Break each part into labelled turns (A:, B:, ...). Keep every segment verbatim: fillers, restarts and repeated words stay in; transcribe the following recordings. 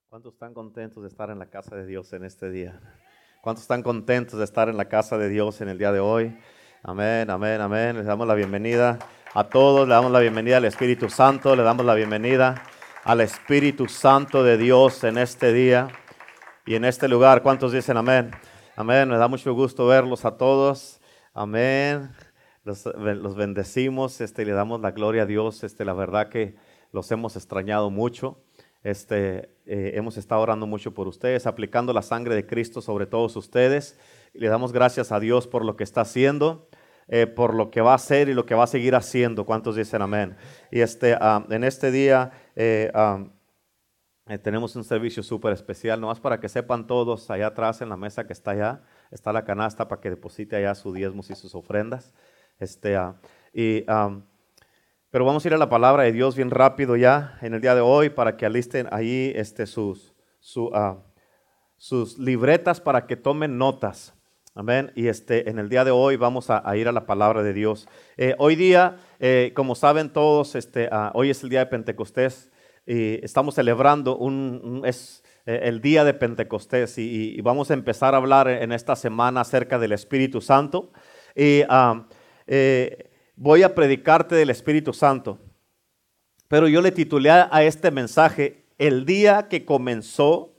A: ¿Cuántos están contentos de estar en la casa de Dios en este día? ¿Cuántos están contentos de estar en la casa de Dios en el día de hoy? Amén, amén, amén. Les damos la bienvenida a todos, le damos la bienvenida al Espíritu Santo, le damos la bienvenida al Espíritu Santo de Dios en este día y en este lugar. ¿Cuántos dicen amén? Amén, me da mucho gusto verlos a todos. Amén. Los, los bendecimos, este, le damos la gloria a Dios. Este, la verdad que los hemos extrañado mucho. Este, eh, hemos estado orando mucho por ustedes, aplicando la sangre de Cristo sobre todos ustedes. Y le damos gracias a Dios por lo que está haciendo, eh, por lo que va a hacer y lo que va a seguir haciendo. ¿Cuántos dicen amén? Y este, um, en este día eh, um, eh, tenemos un servicio súper especial, nomás para que sepan todos, allá atrás en la mesa que está allá, está la canasta para que deposite allá sus diezmos y sus ofrendas. Este, uh, y... Um, Pero vamos a ir a la palabra de Dios bien rápido ya en el día de hoy para que alisten ahí este, sus, su, uh, sus libretas para que tomen notas. Amén. Y este, en el día de hoy vamos a, a ir a la palabra de Dios. Eh, hoy día, eh, como saben todos, este, uh, hoy es el día de Pentecostés y estamos celebrando un, un, es, eh, el día de Pentecostés y, y vamos a empezar a hablar en esta semana acerca del Espíritu Santo. Y uh, eh, voy a predicarte del Espíritu Santo, pero yo le titulé a este mensaje el día que comenzó,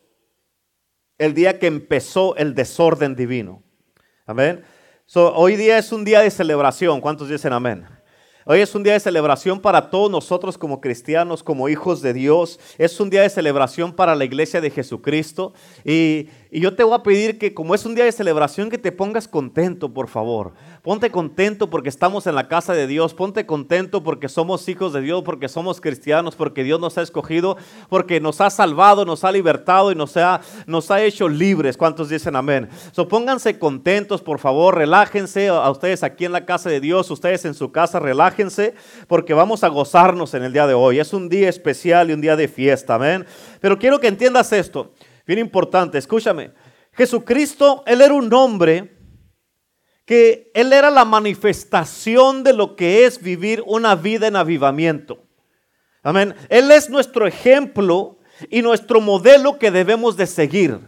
A: el día que empezó el desorden divino. Amén. So, hoy día es un día de celebración. ¿Cuántos dicen amén? Hoy es un día de celebración para todos nosotros como cristianos, como hijos de Dios. Es un día de celebración para la iglesia de Jesucristo. Y, y yo te voy a pedir que como es un día de celebración que te pongas contento, por favor. Ponte contento porque estamos en la casa de Dios. Ponte contento porque somos hijos de Dios, porque somos cristianos, porque Dios nos ha escogido, porque nos ha salvado, nos ha libertado y nos ha, nos ha hecho libres. ¿Cuántos dicen amén? So, pónganse contentos, por favor. Relájense a ustedes aquí en la casa de Dios, ustedes en su casa, relájense. Porque vamos a gozarnos en el día de hoy. Es un día especial y un día de fiesta, amén. Pero quiero que entiendas esto, bien importante, escúchame. Jesucristo, Él era un hombre que Él era la manifestación de lo que es vivir una vida en avivamiento. Amén. Él es nuestro ejemplo y nuestro modelo que debemos de seguir.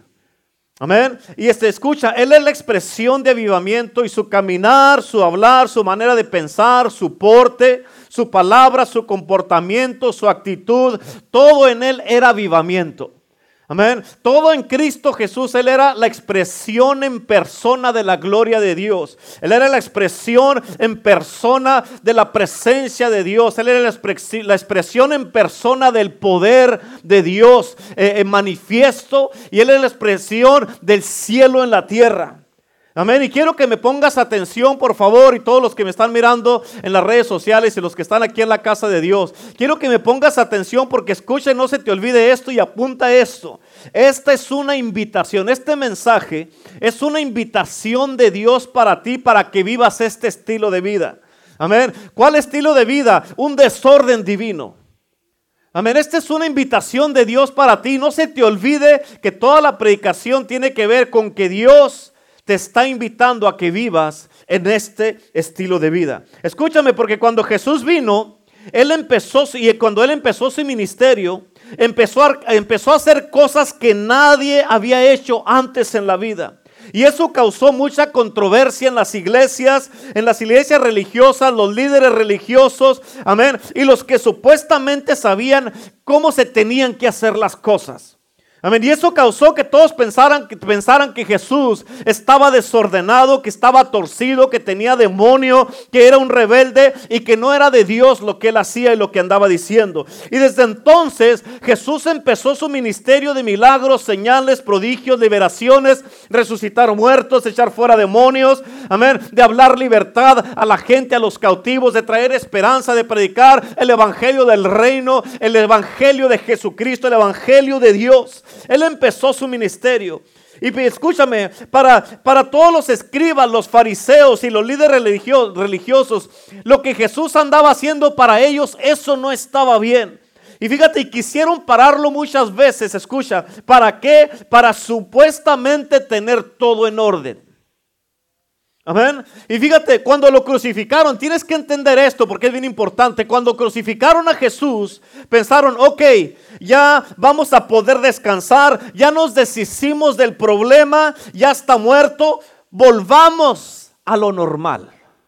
A: Amén. Y este, escucha, Él es la expresión de avivamiento y su caminar, su hablar, su manera de pensar, su porte, su palabra, su comportamiento, su actitud, todo en Él era avivamiento. Amén. Todo en Cristo Jesús, Él era la expresión en persona de la gloria de Dios. Él era la expresión en persona de la presencia de Dios. Él era la, expres- la expresión en persona del poder de Dios eh, en manifiesto. Y Él era la expresión del cielo en la tierra. Amén. Y quiero que me pongas atención, por favor, y todos los que me están mirando en las redes sociales y los que están aquí en la casa de Dios. Quiero que me pongas atención porque escucha y no se te olvide esto y apunta esto. Esta es una invitación, este mensaje es una invitación de Dios para ti, para que vivas este estilo de vida. Amén. ¿Cuál estilo de vida? Un desorden divino. Amén. Esta es una invitación de Dios para ti. No se te olvide que toda la predicación tiene que ver con que Dios te está invitando a que vivas en este estilo de vida. Escúchame, porque cuando Jesús vino, Él empezó, y cuando Él empezó su ministerio, empezó a, empezó a hacer cosas que nadie había hecho antes en la vida. Y eso causó mucha controversia en las iglesias, en las iglesias religiosas, los líderes religiosos, amén, y los que supuestamente sabían cómo se tenían que hacer las cosas. Amén. Y eso causó que todos pensaran que, pensaran que Jesús estaba desordenado, que estaba torcido, que tenía demonio, que era un rebelde y que no era de Dios lo que Él hacía y lo que andaba diciendo. Y desde entonces Jesús empezó su ministerio de milagros, señales, prodigios, liberaciones, resucitar muertos, echar fuera demonios, amén, de hablar libertad a la gente, a los cautivos, de traer esperanza, de predicar el evangelio del reino, el evangelio de Jesucristo, el evangelio de Dios. Él empezó su ministerio. Y escúchame, para, para todos los escribas, los fariseos y los líderes religio- religiosos, lo que Jesús andaba haciendo para ellos, eso no estaba bien. Y fíjate, y quisieron pararlo muchas veces, escucha, ¿para qué? Para supuestamente tener todo en orden. Amén. Y fíjate, cuando lo crucificaron, tienes que entender esto porque es bien importante. Cuando crucificaron a Jesús, pensaron, ok, ya vamos a poder descansar, ya nos deshicimos del problema, ya está muerto, volvamos a lo normal.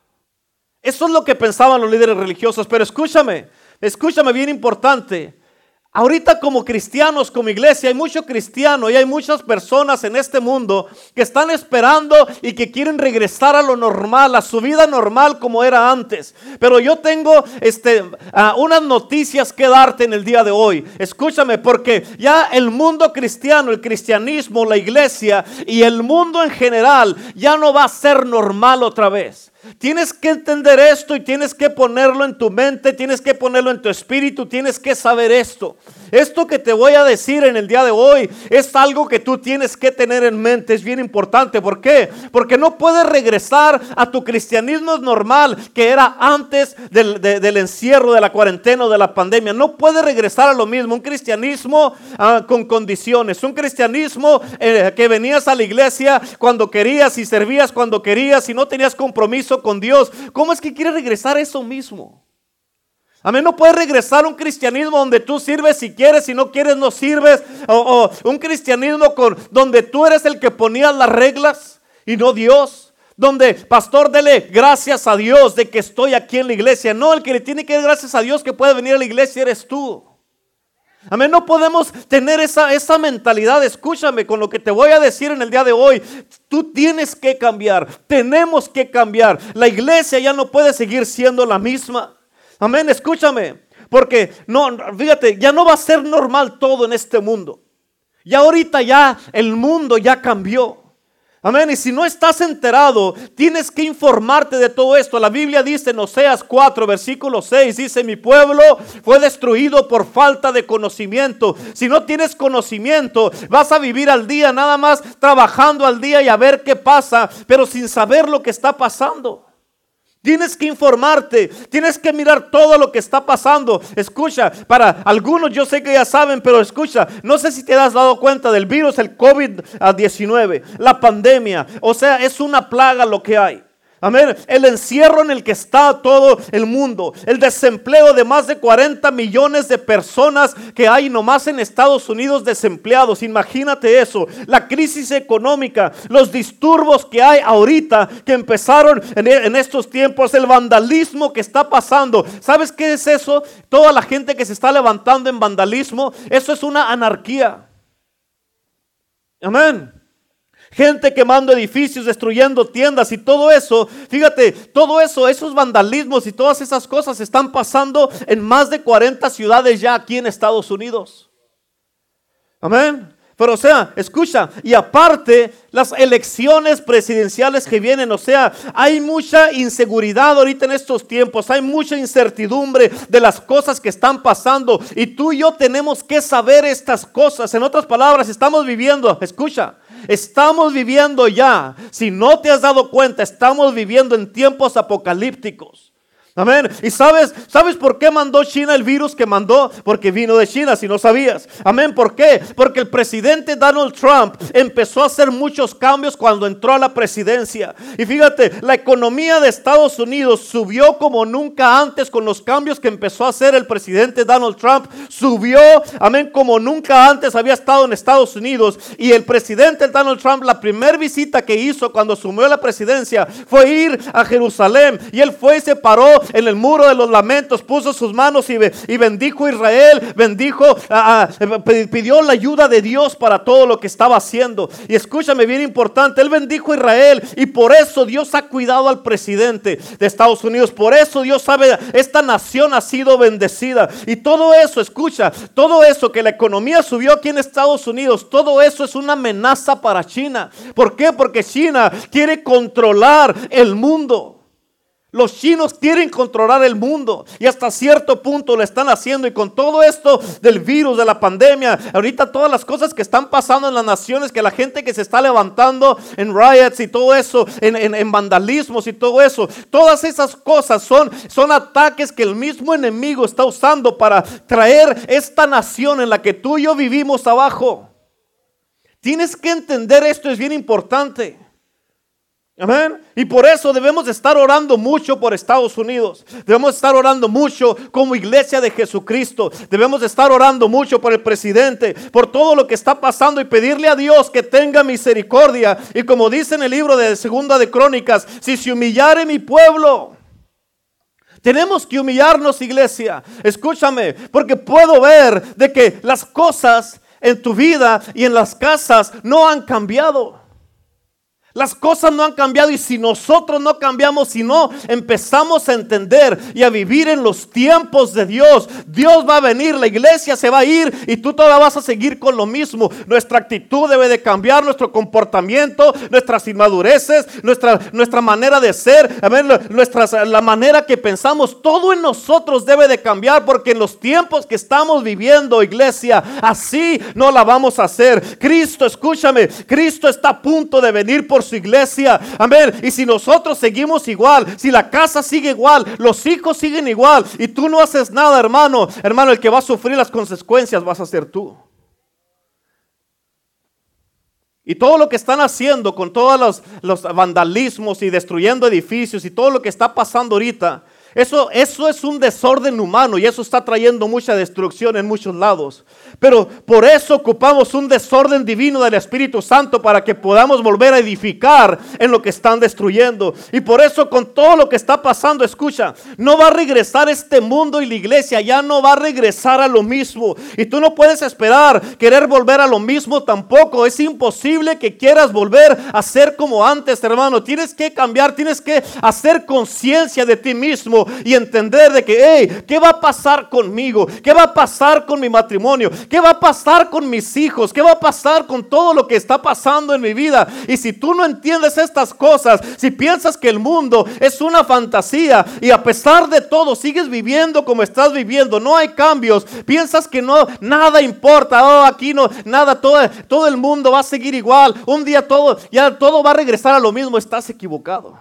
A: Eso es lo que pensaban los líderes religiosos. Pero escúchame, escúchame bien importante. Ahorita como cristianos, como iglesia, hay muchos cristianos y hay muchas personas en este mundo que están esperando y que quieren regresar a lo normal, a su vida normal como era antes. Pero yo tengo este, uh, unas noticias que darte en el día de hoy. Escúchame, porque ya el mundo cristiano, el cristianismo, la iglesia y el mundo en general ya no va a ser normal otra vez. Tienes que entender esto y tienes que ponerlo en tu mente, tienes que ponerlo en tu espíritu, tienes que saber esto. Esto que te voy a decir en el día de hoy es algo que tú tienes que tener en mente, es bien importante. ¿Por qué? Porque no puedes regresar a tu cristianismo normal que era antes del, de, del encierro, de la cuarentena o de la pandemia. No puedes regresar a lo mismo, un cristianismo uh, con condiciones, un cristianismo eh, que venías a la iglesia cuando querías y servías cuando querías y no tenías compromiso con Dios. ¿Cómo es que quieres regresar a eso mismo? Amén, no puedes regresar a un cristianismo donde tú sirves si quieres, si no quieres no sirves. O, o un cristianismo con, donde tú eres el que ponías las reglas y no Dios. Donde, pastor, dele gracias a Dios de que estoy aquí en la iglesia. No, el que le tiene que dar gracias a Dios que puede venir a la iglesia eres tú. Amén, no podemos tener esa, esa mentalidad. Escúchame con lo que te voy a decir en el día de hoy. Tú tienes que cambiar, tenemos que cambiar. La iglesia ya no puede seguir siendo la misma. Amén, escúchame, porque no, fíjate, ya no va a ser normal todo en este mundo. Ya ahorita ya el mundo ya cambió. Amén, y si no estás enterado, tienes que informarte de todo esto. La Biblia dice en Oseas cuatro, versículo seis, dice, mi pueblo fue destruido por falta de conocimiento. Si no tienes conocimiento, vas a vivir al día, nada más trabajando al día y a ver qué pasa, pero sin saber lo que está pasando. Tienes que informarte, tienes que mirar todo lo que está pasando. Escucha, para algunos yo sé que ya saben, pero escucha, no sé si te has dado cuenta del virus, el COVID diecinueve, la pandemia. O sea, es una plaga lo que hay. Amén, el encierro en el que está todo el mundo, el desempleo de más de cuarenta millones de personas que hay nomás en Estados Unidos desempleados, imagínate eso, la crisis económica, los disturbios que hay ahorita que empezaron en, en estos tiempos, el vandalismo que está pasando. ¿Sabes qué es eso? Toda la gente que se está levantando en vandalismo, eso es una anarquía. Amén. Gente quemando edificios, destruyendo tiendas y todo eso. Fíjate, todo eso, esos vandalismos y todas esas cosas están pasando en más de cuarenta ciudades ya aquí en Estados Unidos. Amén. Pero o sea, escucha, y aparte las elecciones presidenciales que vienen, o sea, hay mucha inseguridad ahorita en estos tiempos, hay mucha incertidumbre de las cosas que están pasando y tú y yo tenemos que saber estas cosas. En otras palabras, estamos viviendo, escucha, estamos viviendo ya, si no te has dado cuenta, estamos viviendo en tiempos apocalípticos. Amén. ¿Y sabes, sabes por qué mandó China el virus que mandó? Porque vino de China, si no sabías. Amén. ¿Por qué? Porque el presidente Donald Trump empezó a hacer muchos cambios cuando entró a la presidencia. Y fíjate, la economía de Estados Unidos subió como nunca antes con los cambios que empezó a hacer el presidente Donald Trump. Subió, amén, como nunca antes había estado en Estados Unidos. Y el presidente Donald Trump, la primera visita que hizo cuando asumió la presidencia fue ir a Jerusalén. Y él fue y se paró en el muro de los lamentos, puso sus manos y, y bendijo a Israel, bendijo, a, a, pidió la ayuda de Dios para todo lo que estaba haciendo. Y escúchame, bien importante, él bendijo a Israel y por eso Dios ha cuidado al presidente de Estados Unidos. Por eso Dios sabe, esta nación ha sido bendecida. Y todo eso, escucha, todo eso que la economía subió aquí en Estados Unidos, todo eso es una amenaza para China. ¿Por qué? Porque China quiere controlar el mundo. Los chinos quieren controlar el mundo y hasta cierto punto lo están haciendo. Y con todo esto del virus, de la pandemia, ahorita todas las cosas que están pasando en las naciones, que la gente que se está levantando en riots y todo eso, en, en, en vandalismos y todo eso, todas esas cosas son, son ataques que el mismo enemigo está usando para traer esta nación en la que tú y yo vivimos abajo. Tienes que entender esto, es bien importante. Amén. Y por eso debemos estar orando mucho por Estados Unidos. Debemos estar orando mucho como iglesia de Jesucristo. Debemos estar orando mucho por el presidente, por todo lo que está pasando y pedirle a Dios que tenga misericordia. Y como dice en el libro de Segunda de Crónicas, si se humillare mi pueblo. Tenemos que humillarnos, iglesia. Escúchame, porque puedo ver de que las cosas en tu vida y en las casas no han cambiado. Las cosas no han cambiado, y si nosotros no cambiamos, si no empezamos a entender y a vivir en los tiempos de Dios, Dios va a venir, la iglesia se va a ir y tú todavía vas a seguir con lo mismo. Nuestra actitud debe de cambiar, nuestro comportamiento, nuestras inmadureces, nuestra, nuestra manera de ser, a ver, nuestras, la manera que pensamos, todo en nosotros debe de cambiar, porque en los tiempos que estamos viviendo, iglesia, así no la vamos a hacer. Cristo, escúchame, Cristo está a punto de venir por su iglesia, amén. Y si nosotros seguimos igual, si la casa sigue igual, los hijos siguen igual, y tú no haces nada, hermano, hermano, el que va a sufrir las consecuencias vas a ser tú. Y todo lo que están haciendo con todos los, los vandalismos y destruyendo edificios y todo lo que está pasando ahorita, Eso, eso es un desorden humano, y eso está trayendo mucha destrucción en muchos lados. Pero por eso ocupamos un desorden divino del Espíritu Santo, para que podamos volver a edificar en lo que están destruyendo. Y por eso, con todo lo que está pasando, escucha, no va a regresar este mundo, y la iglesia ya no va a regresar a lo mismo. Y tú no puedes esperar querer volver a lo mismo tampoco. Es imposible que quieras volver a ser como antes, hermano. Tienes que cambiar, tienes que hacer conciencia de ti mismo y entender de que, hey, ¿qué va a pasar conmigo? ¿Qué va a pasar con mi matrimonio? ¿Qué va a pasar con mis hijos? ¿Qué va a pasar con todo lo que está pasando en mi vida? Y si tú no entiendes estas cosas, si piensas que el mundo es una fantasía y a pesar de todo sigues viviendo como estás viviendo, no hay cambios, piensas que no, nada importa, oh, aquí no, nada, todo, todo el mundo va a seguir igual, un día todo, ya todo va a regresar a lo mismo, estás equivocado.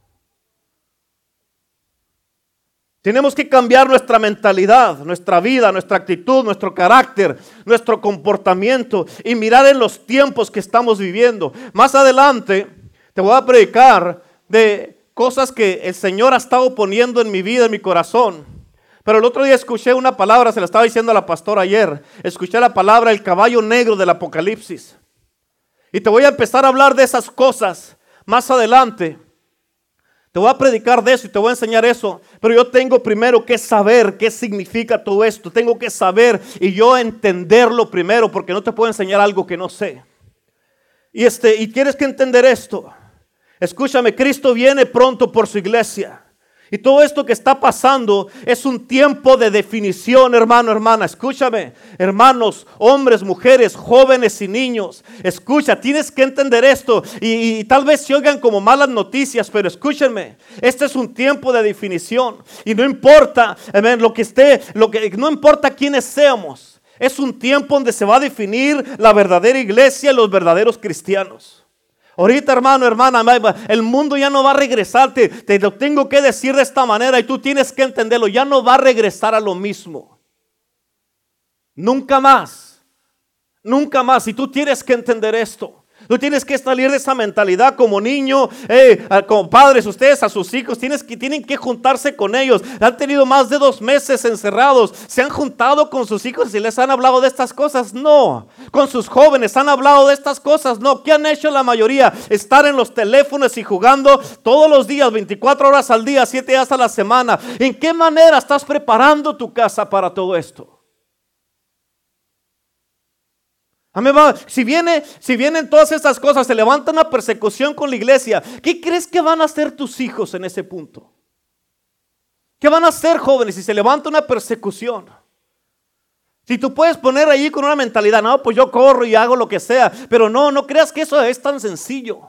A: Tenemos que cambiar nuestra mentalidad, nuestra vida, nuestra actitud, nuestro carácter, nuestro comportamiento y mirar en los tiempos que estamos viviendo. Más adelante te voy a predicar de cosas que el Señor ha estado poniendo en mi vida, en mi corazón. Pero el otro día escuché una palabra, se la estaba diciendo a la pastora ayer. Escuché la palabra el caballo negro del Apocalipsis. Y te voy a empezar a hablar de esas cosas más adelante. Te voy a predicar de eso y te voy a enseñar eso. Pero yo tengo primero que saber qué significa todo esto. Tengo que saber y yo entenderlo primero, porque no te puedo enseñar algo que no sé. Y, este, y tienes que entender esto. Escúchame, Cristo viene pronto por su iglesia. Y todo esto que está pasando es un tiempo de definición, hermano, hermana. Escúchame, hermanos, hombres, mujeres, jóvenes y niños. Escucha, tienes que entender esto. Y, y tal vez se oigan como malas noticias, pero escúchenme. Este es un tiempo de definición. Y no importa, amén, lo que esté, lo que, no importa quiénes seamos. Es un tiempo donde se va a definir la verdadera iglesia y los verdaderos cristianos. Ahorita, hermano, hermana, el mundo ya no va a regresar. Te, te lo tengo que decir de esta manera y tú tienes que entenderlo. Ya no va a regresar a lo mismo. Nunca más. Nunca más. Y tú tienes que entender esto. Tú tienes que salir de esa mentalidad como niño, eh, como padres, ustedes a sus hijos, tienes que, tienen que juntarse con ellos. Han tenido más de dos meses encerrados, se han juntado con sus hijos y les han hablado de estas cosas. No, con sus jóvenes han hablado de estas cosas. No, ¿qué han hecho la mayoría? Estar en los teléfonos y jugando todos los días, veinticuatro horas al día, siete días a la semana. ¿En qué manera estás preparando tu casa para todo esto? Amén. Si viene, si vienen todas estas cosas, se levanta una persecución con la iglesia. ¿Qué crees que van a hacer tus hijos en ese punto? ¿Qué van a hacer, jóvenes, si se levanta una persecución? Si tú puedes poner ahí con una mentalidad, no, pues yo corro y hago lo que sea, pero no, no creas que eso es tan sencillo.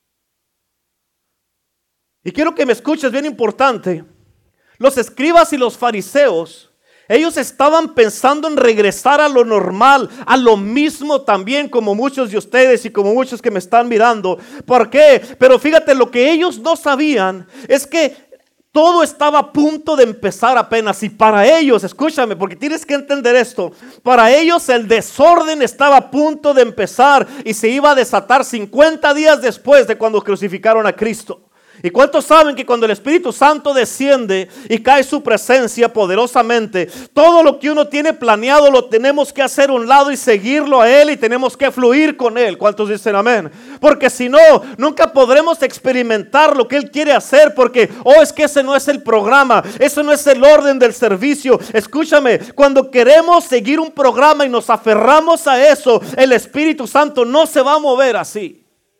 A: Y quiero que me escuches, bien importante. Los escribas y los fariseos, ellos estaban pensando en regresar a lo normal, a lo mismo también como muchos de ustedes y como muchos que me están mirando. ¿Por qué? Pero fíjate, lo que ellos no sabían es que Todo estaba a punto de empezar apenas. Y para ellos, escúchame, porque tienes que entender esto. Para ellos el desorden estaba a punto de empezar y se iba a desatar cincuenta días después de cuando crucificaron a Cristo. ¿Y cuántos saben que cuando el Espíritu Santo desciende y cae su presencia poderosamente, todo lo que uno tiene planeado lo tenemos que hacer a un lado y seguirlo a Él, y tenemos que fluir con Él? ¿Cuántos dicen amén? Porque si no, nunca podremos experimentar lo que Él quiere hacer, porque, oh, es que ese no es el programa, eso no es el orden del servicio. Escúchame, cuando queremos seguir un programa y nos aferramos a eso, el Espíritu Santo no se va a mover así.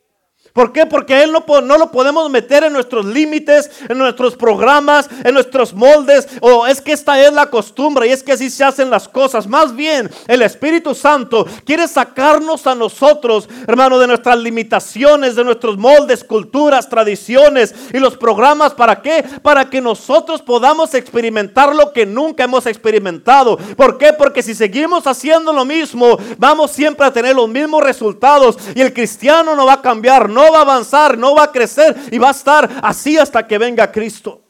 A: ¿Por qué? Porque Él no, no lo podemos meter en nuestros límites, en nuestros programas, en nuestros moldes. O es que esta es la costumbre y es que así se hacen las cosas. Más bien, el Espíritu Santo quiere sacarnos a nosotros, hermano, de nuestras limitaciones, de nuestros moldes, culturas, tradiciones y los programas. ¿Para qué? Para que nosotros podamos experimentar lo que nunca hemos experimentado. ¿Por qué? Porque si seguimos haciendo lo mismo, vamos siempre a tener los mismos resultados y el cristiano no va a cambiar, no No va a avanzar, no va a crecer y va a estar así hasta que venga Cristo.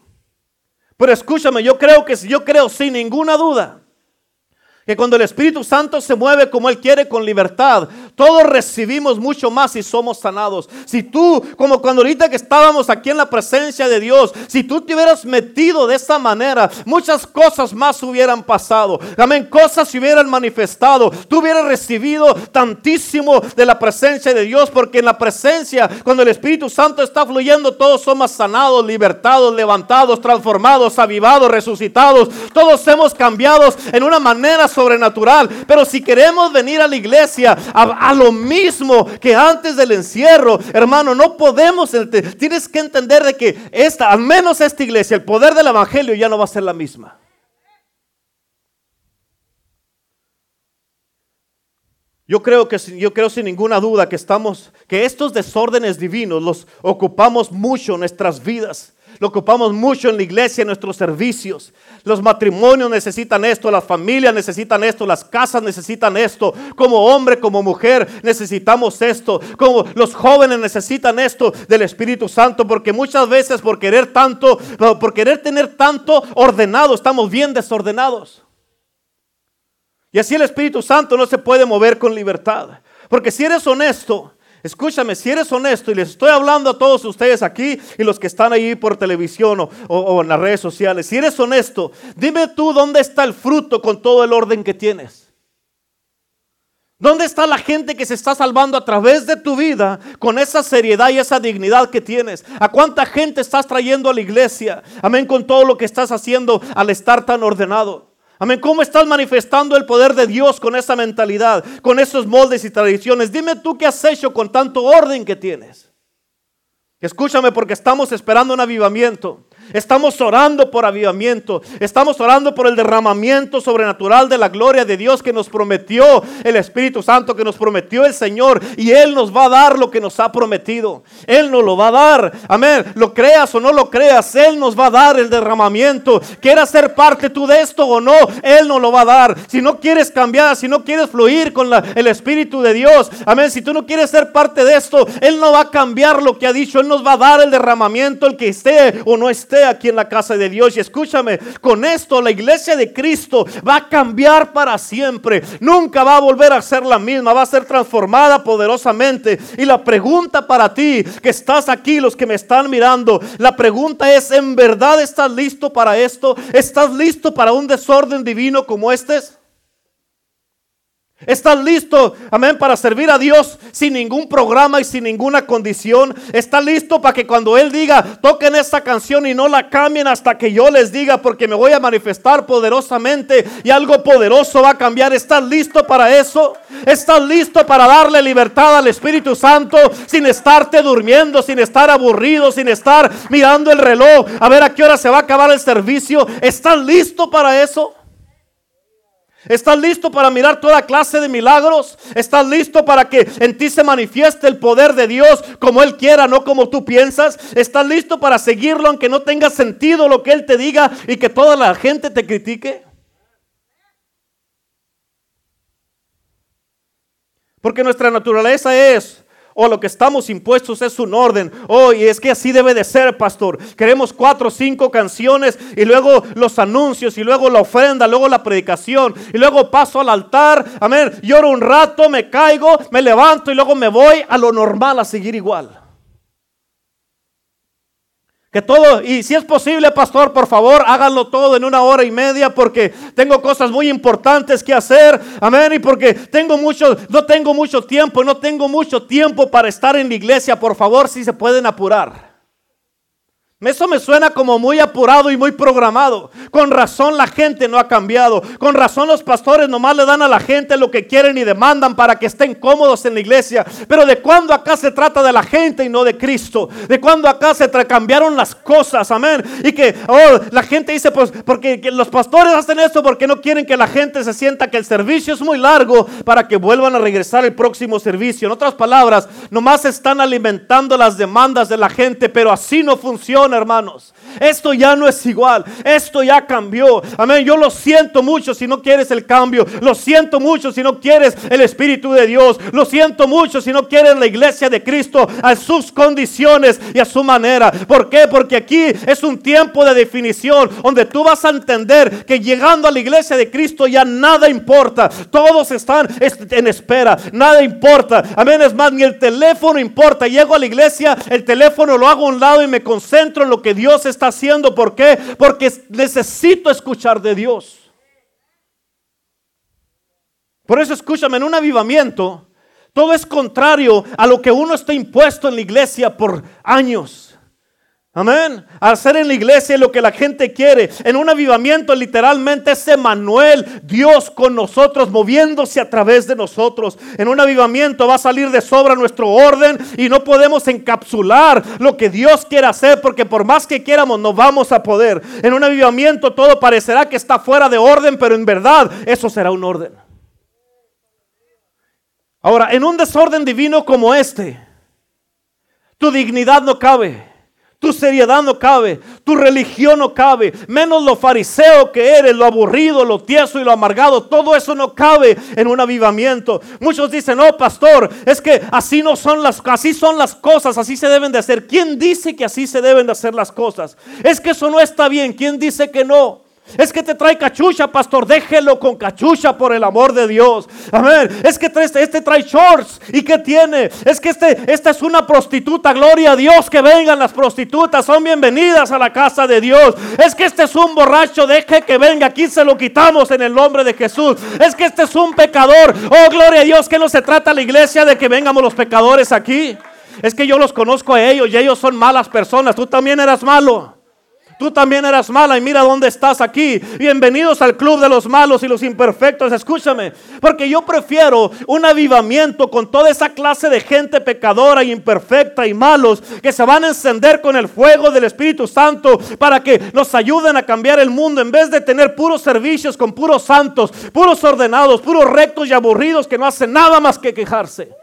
A: Pero escúchame, yo creo que yo creo sin ninguna duda que cuando el Espíritu Santo se mueve como Él quiere, con libertad, todos recibimos mucho más y somos sanados. Si tú, como cuando ahorita que estábamos aquí en la presencia de Dios, si tú te hubieras metido de esa manera, muchas cosas más hubieran pasado. Amén, cosas se hubieran manifestado. Tú hubieras recibido tantísimo de la presencia de Dios, porque en la presencia, cuando el Espíritu Santo está fluyendo, todos somos sanados, libertados, levantados, transformados, avivados, resucitados. Todos hemos cambiado en una manera sobrenatural. Pero si queremos venir a la iglesia a, a lo mismo que antes del encierro, hermano, no podemos. Tienes que entender de que esta, al menos esta iglesia, el poder del evangelio ya no va a ser la misma. Yo creo que yo creo sin ninguna duda que estamos que estos desórdenes divinos los ocupamos mucho en nuestras vidas. Lo ocupamos mucho en la iglesia, en nuestros servicios. Los matrimonios necesitan esto, las familias necesitan esto, las casas necesitan esto. Como hombre, como mujer necesitamos esto. Como los jóvenes necesitan esto del Espíritu Santo, porque muchas veces por querer tanto, por querer tener tanto ordenado, estamos bien desordenados. Y así el Espíritu Santo no se puede mover con libertad. Porque si eres honesto, escúchame, si eres honesto, y les estoy hablando a todos ustedes aquí y los que están ahí por televisión o, o, o en las redes sociales, si eres honesto, dime tú dónde está el fruto con todo el orden que tienes. ¿Dónde está la gente que se está salvando a través de tu vida con esa seriedad y esa dignidad que tienes? ¿A cuánta gente estás trayendo a la iglesia? Amén, con todo lo que estás haciendo al estar tan ordenado. Amén, ¿cómo estás manifestando el poder de Dios con esa mentalidad, con esos moldes y tradiciones? Dime tú qué has hecho con tanto orden que tienes. Escúchame, porque estamos esperando un avivamiento. Estamos orando por avivamiento. Estamos orando por el derramamiento sobrenatural de la gloria de Dios que nos prometió el Espíritu Santo, que nos prometió el Señor. Y Él nos va a dar lo que nos ha prometido. Él nos lo va a dar. Amén. Lo creas o no lo creas, Él nos va a dar el derramamiento. ¿Quieres ser parte tú de esto o no? Él nos lo va a dar. Si no quieres cambiar, si no quieres fluir con la, el Espíritu de Dios, amén. Si tú no quieres ser parte de esto, Él no va a cambiar lo que ha dicho. Él nos va a dar el derramamiento, el que esté o no esté aquí en la casa de Dios. Y escúchame, con esto la iglesia de Cristo va a cambiar para siempre. Nunca va a volver a ser la misma, va a ser transformada poderosamente. Y la pregunta para ti que estás aquí, los que me están mirando, la pregunta es: ¿en verdad estás listo para esto? ¿Estás listo para un desorden divino como este? ¿Estás listo, amén, para servir a Dios sin ningún programa y sin ninguna condición? ¿Estás listo para que cuando Él diga toquen esta canción y no la cambien hasta que yo les diga, porque me voy a manifestar poderosamente y algo poderoso va a cambiar? ¿Estás listo para eso? ¿Estás listo para darle libertad al Espíritu Santo sin estarte durmiendo, sin estar aburrido, sin estar mirando el reloj a ver a qué hora se va a acabar el servicio? ¿Estás listo para eso? ¿Estás listo para mirar toda clase de milagros? ¿Estás listo para que en ti se manifieste el poder de Dios como Él quiera, no como tú piensas? ¿Estás listo para seguirlo aunque no tenga sentido lo que Él te diga y que toda la gente te critique? Porque nuestra naturaleza es
B: O lo que estamos impuestos es un orden. Oh, y es que así debe de ser, pastor. Queremos cuatro o cinco canciones y luego los anuncios y luego la ofrenda, luego la predicación y luego paso al altar. Amén. Lloro un rato, me caigo, me levanto y luego me voy a lo normal, a seguir igual. Que todo, y si es posible, pastor, por favor, háganlo todo en una hora y media porque tengo cosas muy importantes que hacer. Amén. Y porque tengo mucho, no tengo mucho tiempo, no tengo mucho tiempo para estar en la iglesia. Por favor, si se pueden apurar. Eso me suena como muy apurado y muy programado. Con razón la gente no ha cambiado. Con razón los pastores nomás le dan a la gente lo que quieren y demandan para que estén cómodos en la iglesia. Pero ¿de cuándo acá se trata de la gente y no de Cristo? ¿De cuándo acá se tra- cambiaron las cosas? Amén. Y que oh, la gente dice, pues porque que los pastores hacen esto porque no quieren que la gente se sienta que el servicio es muy largo para que vuelvan a regresar el próximo servicio. En otras palabras, nomás están alimentando las demandas de la gente, pero así no funciona, hermanos. Esto ya no es igual. Esto ya cambió. Amén. Yo lo siento mucho si no quieres el cambio. Lo siento mucho si no quieres el Espíritu de Dios. Lo siento mucho si no quieres la iglesia de Cristo a sus condiciones y a su manera. ¿Por qué? Porque aquí es un tiempo de definición donde tú vas a entender que llegando a la iglesia de Cristo ya nada importa. Todos están en espera. Nada importa. Amén. Es más, ni el teléfono importa. Llego a la iglesia, el teléfono lo hago a un lado y me concentro en lo que Dios está haciendo. ¿Por qué? Porque necesito escuchar de Dios. Por eso escúchame, en un avivamiento todo es contrario a lo que uno está impuesto en la iglesia por años. Amén. Hacer en la iglesia lo que la gente quiere. En un avivamiento literalmente es Emmanuel, Dios con nosotros, moviéndose a través de nosotros. En un avivamiento va a salir de sobra nuestro orden y no podemos encapsular lo que Dios quiere hacer, porque por más que quieramos no vamos a poder. En un avivamiento todo parecerá que está fuera de orden, pero en verdad eso será un orden. Ahora, en un desorden divino como este, tu dignidad no cabe. Tu seriedad no cabe, tu religión no cabe, menos lo fariseo que eres, lo aburrido, lo tieso y lo amargado. Todo eso no cabe en un avivamiento. Muchos dicen, no, pastor, es que así no son las, así son las cosas, así se deben de hacer. ¿Quién dice que así se deben de hacer las cosas? Es que eso no está bien. ¿Quién dice que no? Es que te trae cachucha, pastor, déjelo con cachucha por el amor de Dios. Amén. Es que trae, este trae shorts. ¿Y qué tiene? Es que este, esta es una prostituta. Gloria a Dios, que vengan las prostitutas. Son bienvenidas a la casa de Dios. Es que este es un borracho. Deje que venga. Aquí se lo quitamos en el nombre de Jesús. Es que este es un pecador. Oh, gloria a Dios, que no se trata la iglesia de que vengamos los pecadores aquí. Es que yo los conozco a ellos y ellos son malas personas. Tú también eras malo. Tú también eras mala y mira dónde estás aquí. Bienvenidos al club de los malos y los imperfectos. Escúchame, porque yo prefiero un avivamiento con toda esa clase de gente pecadora y imperfecta y malos que se van a encender con el fuego del Espíritu Santo para que nos ayuden a cambiar el mundo, en vez de tener puros servicios con puros santos, puros ordenados, puros rectos y aburridos que no hacen nada más que quejarse.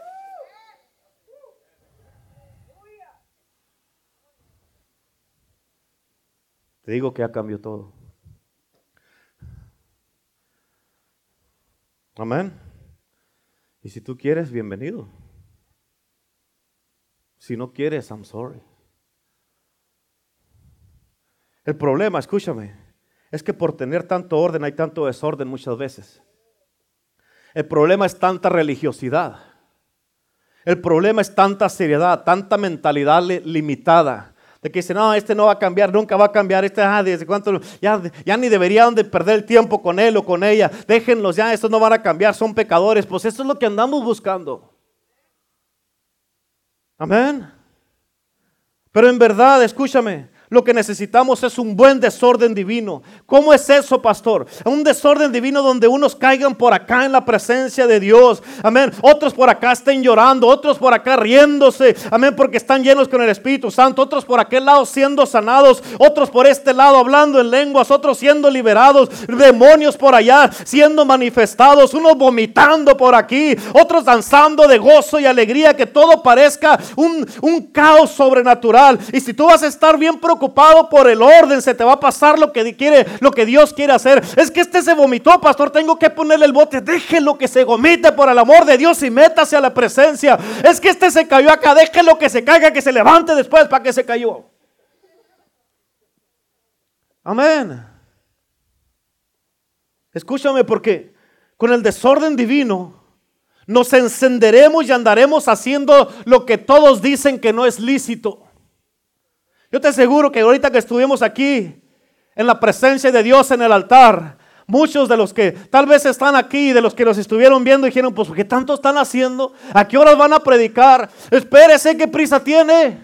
B: Te digo que ya cambió todo. Amén. Y si tú quieres, bienvenido. Si no quieres, I'm sorry. El problema, escúchame, es que por tener tanto orden hay tanto desorden muchas veces. El problema es tanta religiosidad. El problema es tanta seriedad, tanta mentalidad li- limitada. De que dice, no, este no va a cambiar, nunca va a cambiar. Este, ah, desde cuánto, ya, ya ni deberían de perder el tiempo con él o con ella. Déjenlos ya, estos no van a cambiar, son pecadores. Pues eso es lo que andamos buscando. Amén. Pero en verdad, escúchame, lo que necesitamos es un buen desorden divino. ¿Cómo es eso, pastor? Un desorden divino donde unos caigan por acá en la presencia de Dios. Amén. Otros por acá estén llorando. Otros por acá riéndose. Amén. Porque están llenos con el Espíritu Santo. Otros por aquel lado siendo sanados. Otros por este lado hablando en lenguas. Otros siendo liberados. Demonios por allá siendo manifestados. Unos vomitando por aquí. Otros danzando de gozo y alegría. Que todo parezca un, un caos sobrenatural. Y si tú vas a estar bien preocupado, preocupado por el orden, se te va a pasar lo que quiere, lo que Dios quiere hacer. Es que este se vomitó, pastor, tengo que ponerle el bote. Déjelo que se vomite por el amor de Dios y métase a la presencia. Es que este se cayó acá, déjelo que se caiga, que se levante después para que se cayó. Amén. Escúchame, porque con el desorden divino nos encenderemos y andaremos haciendo lo que todos dicen que no es lícito. Yo te aseguro que ahorita que estuvimos aquí en la presencia de Dios en el altar, muchos de los que tal vez están aquí, de los que nos estuvieron viendo, dijeron, pues ¿qué tanto están haciendo? ¿A qué horas van a predicar? Espérese, ¿qué prisa tiene?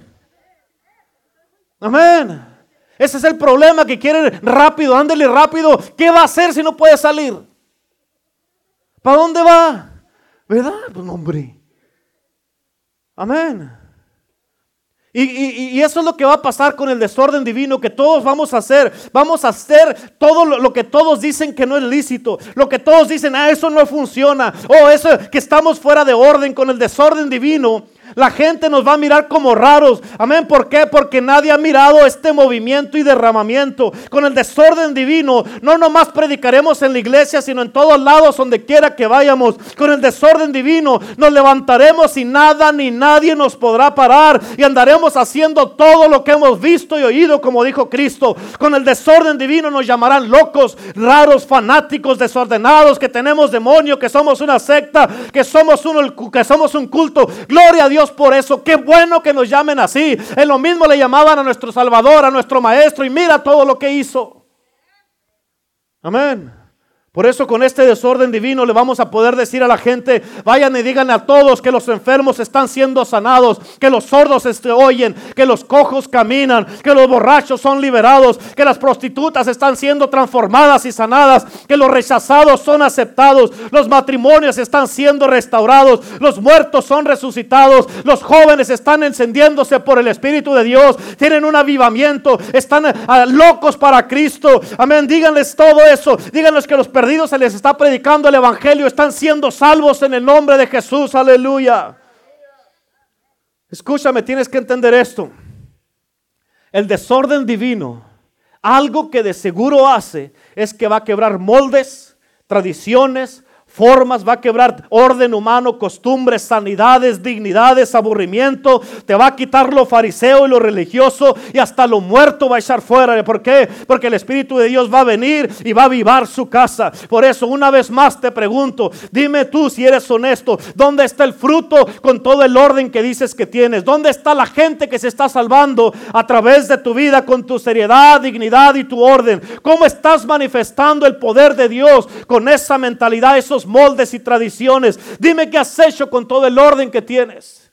B: Amén. Ese es el problema, que quieren rápido, ándele rápido. ¿Qué va a hacer si no puede salir? ¿Para dónde va? ¿Verdad? Pues hombre. Amén. Y, y, y eso es lo que va a pasar con el desorden divino, que todos vamos a hacer. Vamos a hacer todo lo, lo que todos dicen que no es lícito. Lo que todos dicen, ah, eso no funciona. O eso que estamos fuera de orden. Con el desorden divino, la gente nos va a mirar como raros. Amén. ¿Por qué? Porque nadie ha mirado este movimiento y derramamiento. Con el desorden divino, no nomás predicaremos en la iglesia, sino en todos lados, donde quiera que vayamos. Con el desorden divino, nos levantaremos y nada ni nadie nos podrá parar. Y andaremos haciendo todo lo que hemos visto y oído, como dijo Cristo. Con el desorden divino nos llamarán locos, raros, fanáticos, desordenados, que tenemos demonio, que somos una secta, que somos un, que somos un culto. Gloria a Dios por eso. Qué bueno que nos llamen así. En lo mismo le llamaban a nuestro Salvador, a nuestro Maestro, y mira todo lo que hizo. Amén. Por eso con este desorden divino le vamos a poder decir a la gente, vayan y digan a todos que los enfermos están siendo sanados, que los sordos se oyen, que los cojos caminan, que los borrachos son liberados, que las prostitutas están siendo transformadas y sanadas, que los rechazados son aceptados, los matrimonios están siendo restaurados, los muertos son resucitados, los jóvenes están encendiéndose por el Espíritu de Dios, tienen un avivamiento, están uh, locos para Cristo. Amén. Díganles todo eso, díganles que los perdidos se les está predicando el evangelio, están siendo salvos en el nombre de Jesús. Aleluya. Escúchame, tienes que entender esto. El desorden divino, algo que de seguro hace, es que va a quebrar moldes, tradiciones, formas, va a quebrar orden humano, costumbres, sanidades, dignidades, aburrimiento. Te va a quitar lo fariseo y lo religioso, y hasta lo muerto va a echar fuera. ¿Por qué? Porque el Espíritu de Dios va a venir y va a avivar su casa. Por eso una vez más te pregunto, dime tú si eres honesto, ¿dónde está el fruto con todo el orden que dices que tienes? ¿Dónde está la gente que se está salvando a través de tu vida con tu seriedad, dignidad y tu orden? ¿Cómo estás manifestando el poder de Dios con esa mentalidad, esos moldes y tradiciones? Dime qué has hecho con todo el orden que tienes.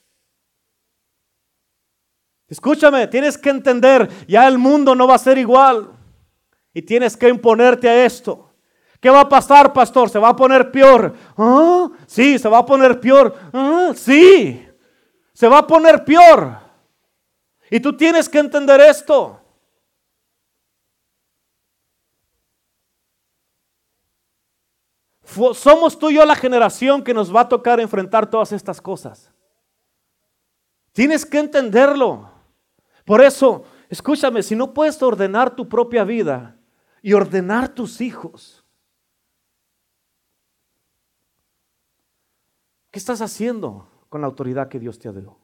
B: Escúchame, tienes que entender, ya el mundo no va a ser igual y tienes que imponerte a esto. ¿Qué va a pasar, pastor? ¿Se va a poner peor? ¿Ah? Sí, se va a poner peor. ¿Ah? Sí, se va a poner peor. Y tú tienes que entender esto. Somos tú y yo la generación que nos va a tocar enfrentar todas estas cosas. Tienes que entenderlo. Por eso, escúchame, si no puedes ordenar tu propia vida y ordenar tus hijos, ¿qué estás haciendo con la autoridad que Dios te dio?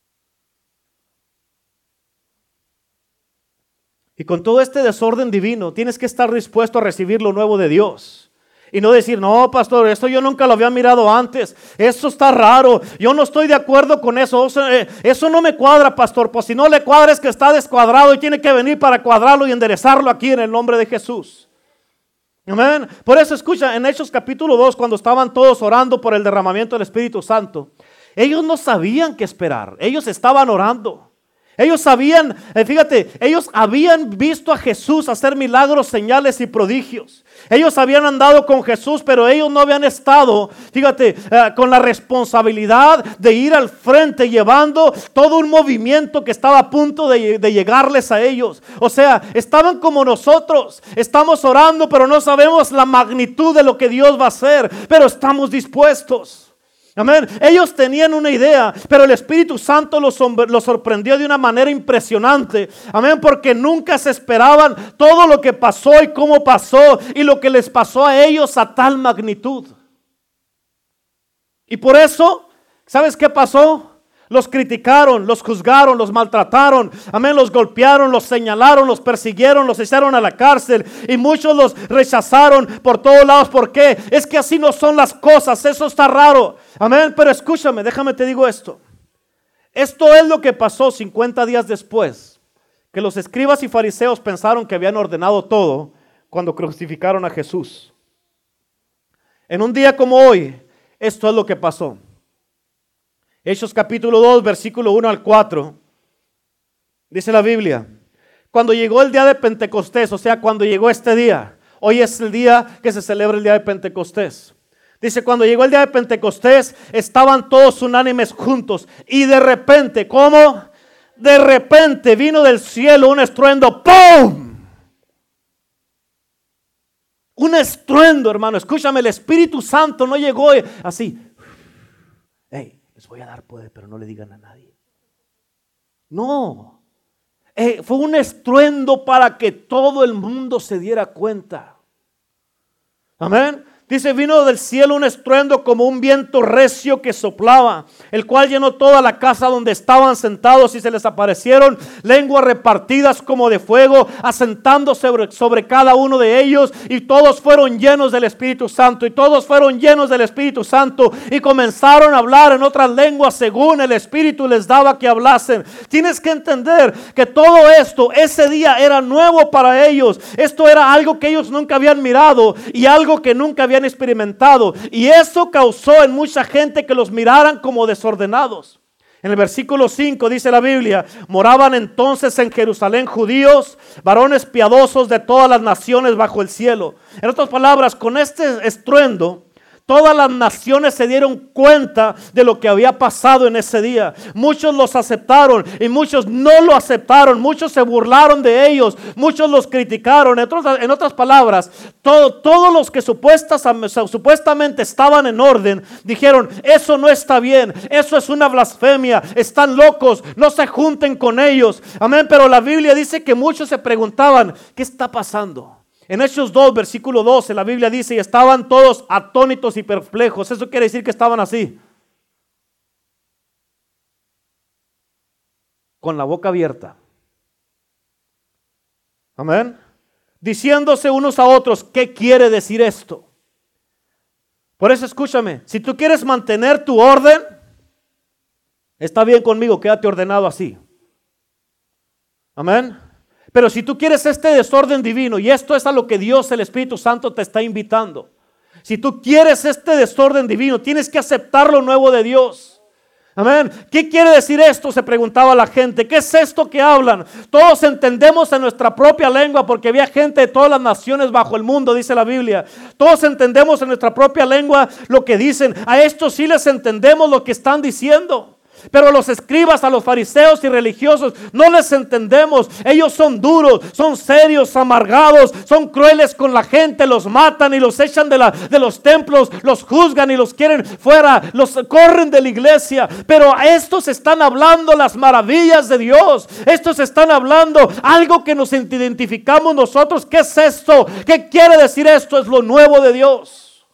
B: Y con todo este desorden divino, tienes que estar dispuesto a recibir lo nuevo de Dios. Y no decir, no, pastor, esto yo nunca lo había mirado antes. Eso está raro. Yo no estoy de acuerdo con eso. Eso, eh, eso no me cuadra, pastor. Pues si no le cuadra es que está descuadrado y tiene que venir para cuadrarlo y enderezarlo aquí en el nombre de Jesús. Amén. Por eso escucha, en Hechos capítulo dos, cuando estaban todos orando por el derramamiento del Espíritu Santo, ellos no sabían qué esperar. Ellos estaban orando. Ellos sabían, eh, fíjate, ellos habían visto a Jesús hacer milagros, señales y prodigios. Ellos habían andado con Jesús, pero ellos no habían estado, fíjate, eh, con la responsabilidad de ir al frente llevando todo un movimiento que estaba a punto de, de llegarles a ellos. O sea, estaban como nosotros, estamos orando, pero no sabemos la magnitud de lo que Dios va a hacer, pero estamos dispuestos. Amén. Ellos tenían una idea, pero el Espíritu Santo los, los sorprendió de una manera impresionante. Amén, porque nunca se esperaban todo lo que pasó y cómo pasó y lo que les pasó a ellos a tal magnitud. Y por eso, ¿sabes qué pasó? Los criticaron, los juzgaron, los maltrataron, amén, los golpearon, los señalaron, los persiguieron, los echaron a la cárcel y muchos los rechazaron por todos lados. ¿Por qué? Es que así no son las cosas, eso está raro, amén. Pero escúchame, déjame te digo esto. Esto es lo que pasó cincuenta días después, que los escribas y fariseos pensaron que habían ordenado todo cuando crucificaron a Jesús. En un día como hoy, esto es lo que pasó. Hechos capítulo dos, versículo uno al cuatro. Dice la Biblia: cuando llegó el día de Pentecostés, o sea, cuando llegó este día, hoy es el día que se celebra el día de Pentecostés. Dice, cuando llegó el día de Pentecostés, estaban todos unánimes juntos. Y de repente, ¿cómo? De repente vino del cielo un estruendo. ¡Pum! Un estruendo, hermano. Escúchame, el Espíritu Santo no llegó así. Hey, les voy a dar poder, pero no le digan a nadie. No. Eh, fue un estruendo para que todo el mundo se diera cuenta. Amén. Dice, vino del cielo un estruendo como un viento recio que soplaba, el cual llenó toda la casa donde estaban sentados, y se les aparecieron lenguas repartidas como de fuego, asentándose sobre, sobre cada uno de ellos, y todos fueron llenos del Espíritu Santo, y todos fueron llenos del Espíritu Santo, y comenzaron a hablar en otras lenguas según el Espíritu les daba que hablasen. Tienes que entender que todo esto, ese día era nuevo para ellos. Esto era algo que ellos nunca habían mirado y algo que nunca habían experimentado, y eso causó en mucha gente que los miraran como desordenados. En el versículo cinco dice la Biblia: moraban entonces en Jerusalén judíos, varones piadosos de todas las naciones bajo el cielo. En otras palabras, con este estruendo, todas las naciones se dieron cuenta de lo que había pasado en ese día. Muchos los aceptaron y muchos no lo aceptaron. Muchos se burlaron de ellos, muchos los criticaron. En otras, en otras palabras, todo, todos los que supuestas, supuestamente estaban en orden, dijeron: eso no está bien, eso es una blasfemia, están locos, no se junten con ellos. Amén. Pero la Biblia dice que muchos se preguntaban: ¿qué está pasando? En Hechos dos, versículo doce, la Biblia dice: y estaban todos atónitos y perplejos. Eso quiere decir que estaban así, con la boca abierta. Amén. Diciéndose unos a otros: ¿qué quiere decir esto? Por eso escúchame, si tú quieres mantener tu orden, está bien conmigo, quédate ordenado así. Amén. Pero si tú quieres este desorden divino, y esto es a lo que Dios, el Espíritu Santo, te está invitando. Si tú quieres este desorden divino, tienes que aceptar lo nuevo de Dios. Amén. ¿Qué quiere decir esto?, se preguntaba la gente. ¿Qué es esto que hablan? Todos entendemos en nuestra propia lengua, porque había gente de todas las naciones bajo el mundo, dice la Biblia. Todos entendemos en nuestra propia lengua lo que dicen. A estos sí les entendemos lo que están diciendo. Pero a los escribas, a los fariseos y religiosos, no les entendemos. Ellos son duros, son serios, amargados, son crueles con la gente, los matan y los echan de, la, de los templos, los juzgan y los quieren fuera, los corren de la iglesia. Pero a estos están hablando las maravillas de Dios. Estos están hablando algo que nos identificamos nosotros. ¿Qué es esto? ¿Qué quiere decir esto? Es lo nuevo de Dios.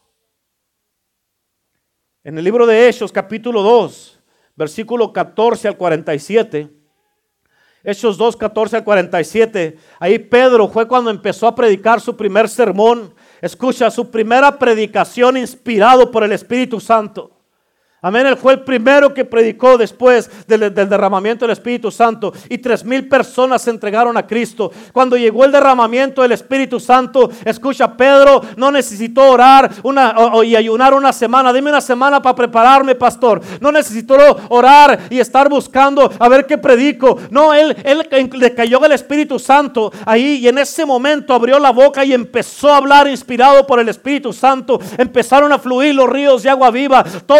B: En el libro de Hechos, capítulo dos, versículo catorce al cuarenta y siete. Hechos dos, catorce al cuarenta y siete. Ahí Pedro fue cuando empezó a predicar su primer sermón. Escucha, su primera predicación inspirado por el Espíritu Santo. Amén. Él fue el primero que predicó después del, del derramamiento del Espíritu Santo, y tres mil personas se entregaron a Cristo. Cuando llegó el derramamiento del Espíritu Santo, escucha, Pedro no necesitó orar una, o, y ayunar una semana. Dime una semana para prepararme, pastor. No necesitó orar y estar buscando a ver qué predico. No, él, él le cayó el Espíritu Santo ahí, y en ese momento abrió la boca y empezó a hablar inspirado por el Espíritu Santo. Empezaron a fluir los ríos de agua viva. Todo lo que necesitaba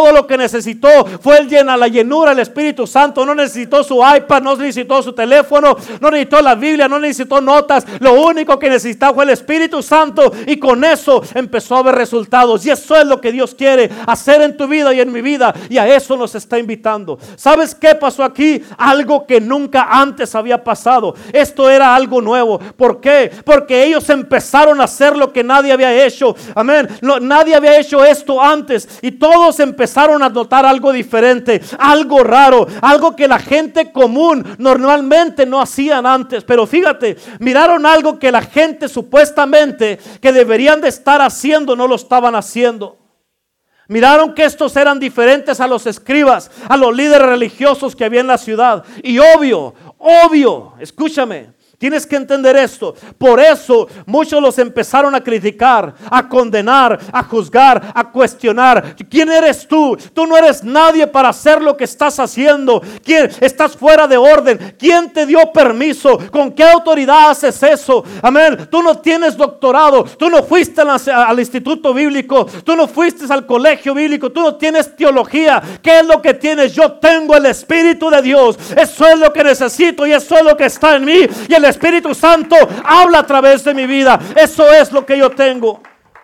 B: necesitó fue el llena, la llenura, el Espíritu Santo. No necesitó su iPad, no necesitó su teléfono, no necesitó la Biblia, no necesitó notas. Lo único que necesitaba fue el Espíritu Santo, y con eso empezó a ver resultados. Y eso es lo que Dios quiere hacer en tu vida y en mi vida, y a eso nos está invitando. ¿Sabes qué pasó aquí? Algo que nunca antes había pasado. Esto era algo nuevo. ¿Por qué? Porque ellos empezaron a hacer lo que nadie había hecho. Amén. No, nadie había hecho esto antes, y todos empezaron a notar algo diferente, algo raro, algo que la gente común normalmente no hacían antes. Pero fíjate, miraron algo que la gente supuestamente que deberían de estar haciendo no lo estaban haciendo. Miraron que estos eran diferentes a los escribas, a los líderes religiosos que había en la ciudad. Y obvio, obvio, escúchame, tienes que entender esto. Por eso muchos los empezaron a criticar, a condenar, a juzgar, a cuestionar. ¿Quién eres tú? Tú no eres nadie para hacer lo que estás haciendo. ¿Quién? Estás fuera de orden. ¿Quién te dio permiso? ¿Con qué autoridad haces eso? Amén. Tú no tienes doctorado. Tú no fuiste al, al instituto bíblico. Tú no fuiste al colegio bíblico. Tú no tienes teología. ¿Qué es lo que tienes? Yo tengo el Espíritu de Dios. Eso es lo que necesito, y eso es lo que está en mí. Y el Espíritu Santo habla a través de mi vida. Eso es lo que yo tengo.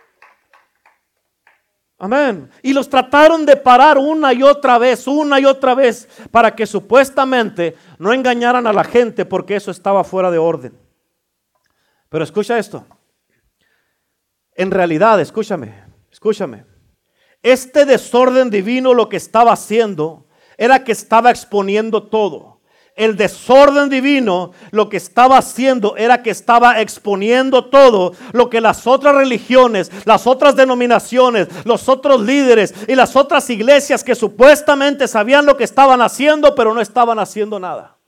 B: Amén. Y los trataron de parar una y otra vez, una y otra vez, para que supuestamente no engañaran a la gente, porque eso estaba fuera de orden. Pero escucha esto. En realidad, escúchame, escúchame. Este desorden divino lo que estaba haciendo era que estaba exponiendo todo. El desorden divino lo que estaba haciendo era que estaba exponiendo todo lo que las otras religiones, las otras denominaciones, los otros líderes y las otras iglesias que supuestamente sabían lo que estaban haciendo, pero no estaban haciendo nada.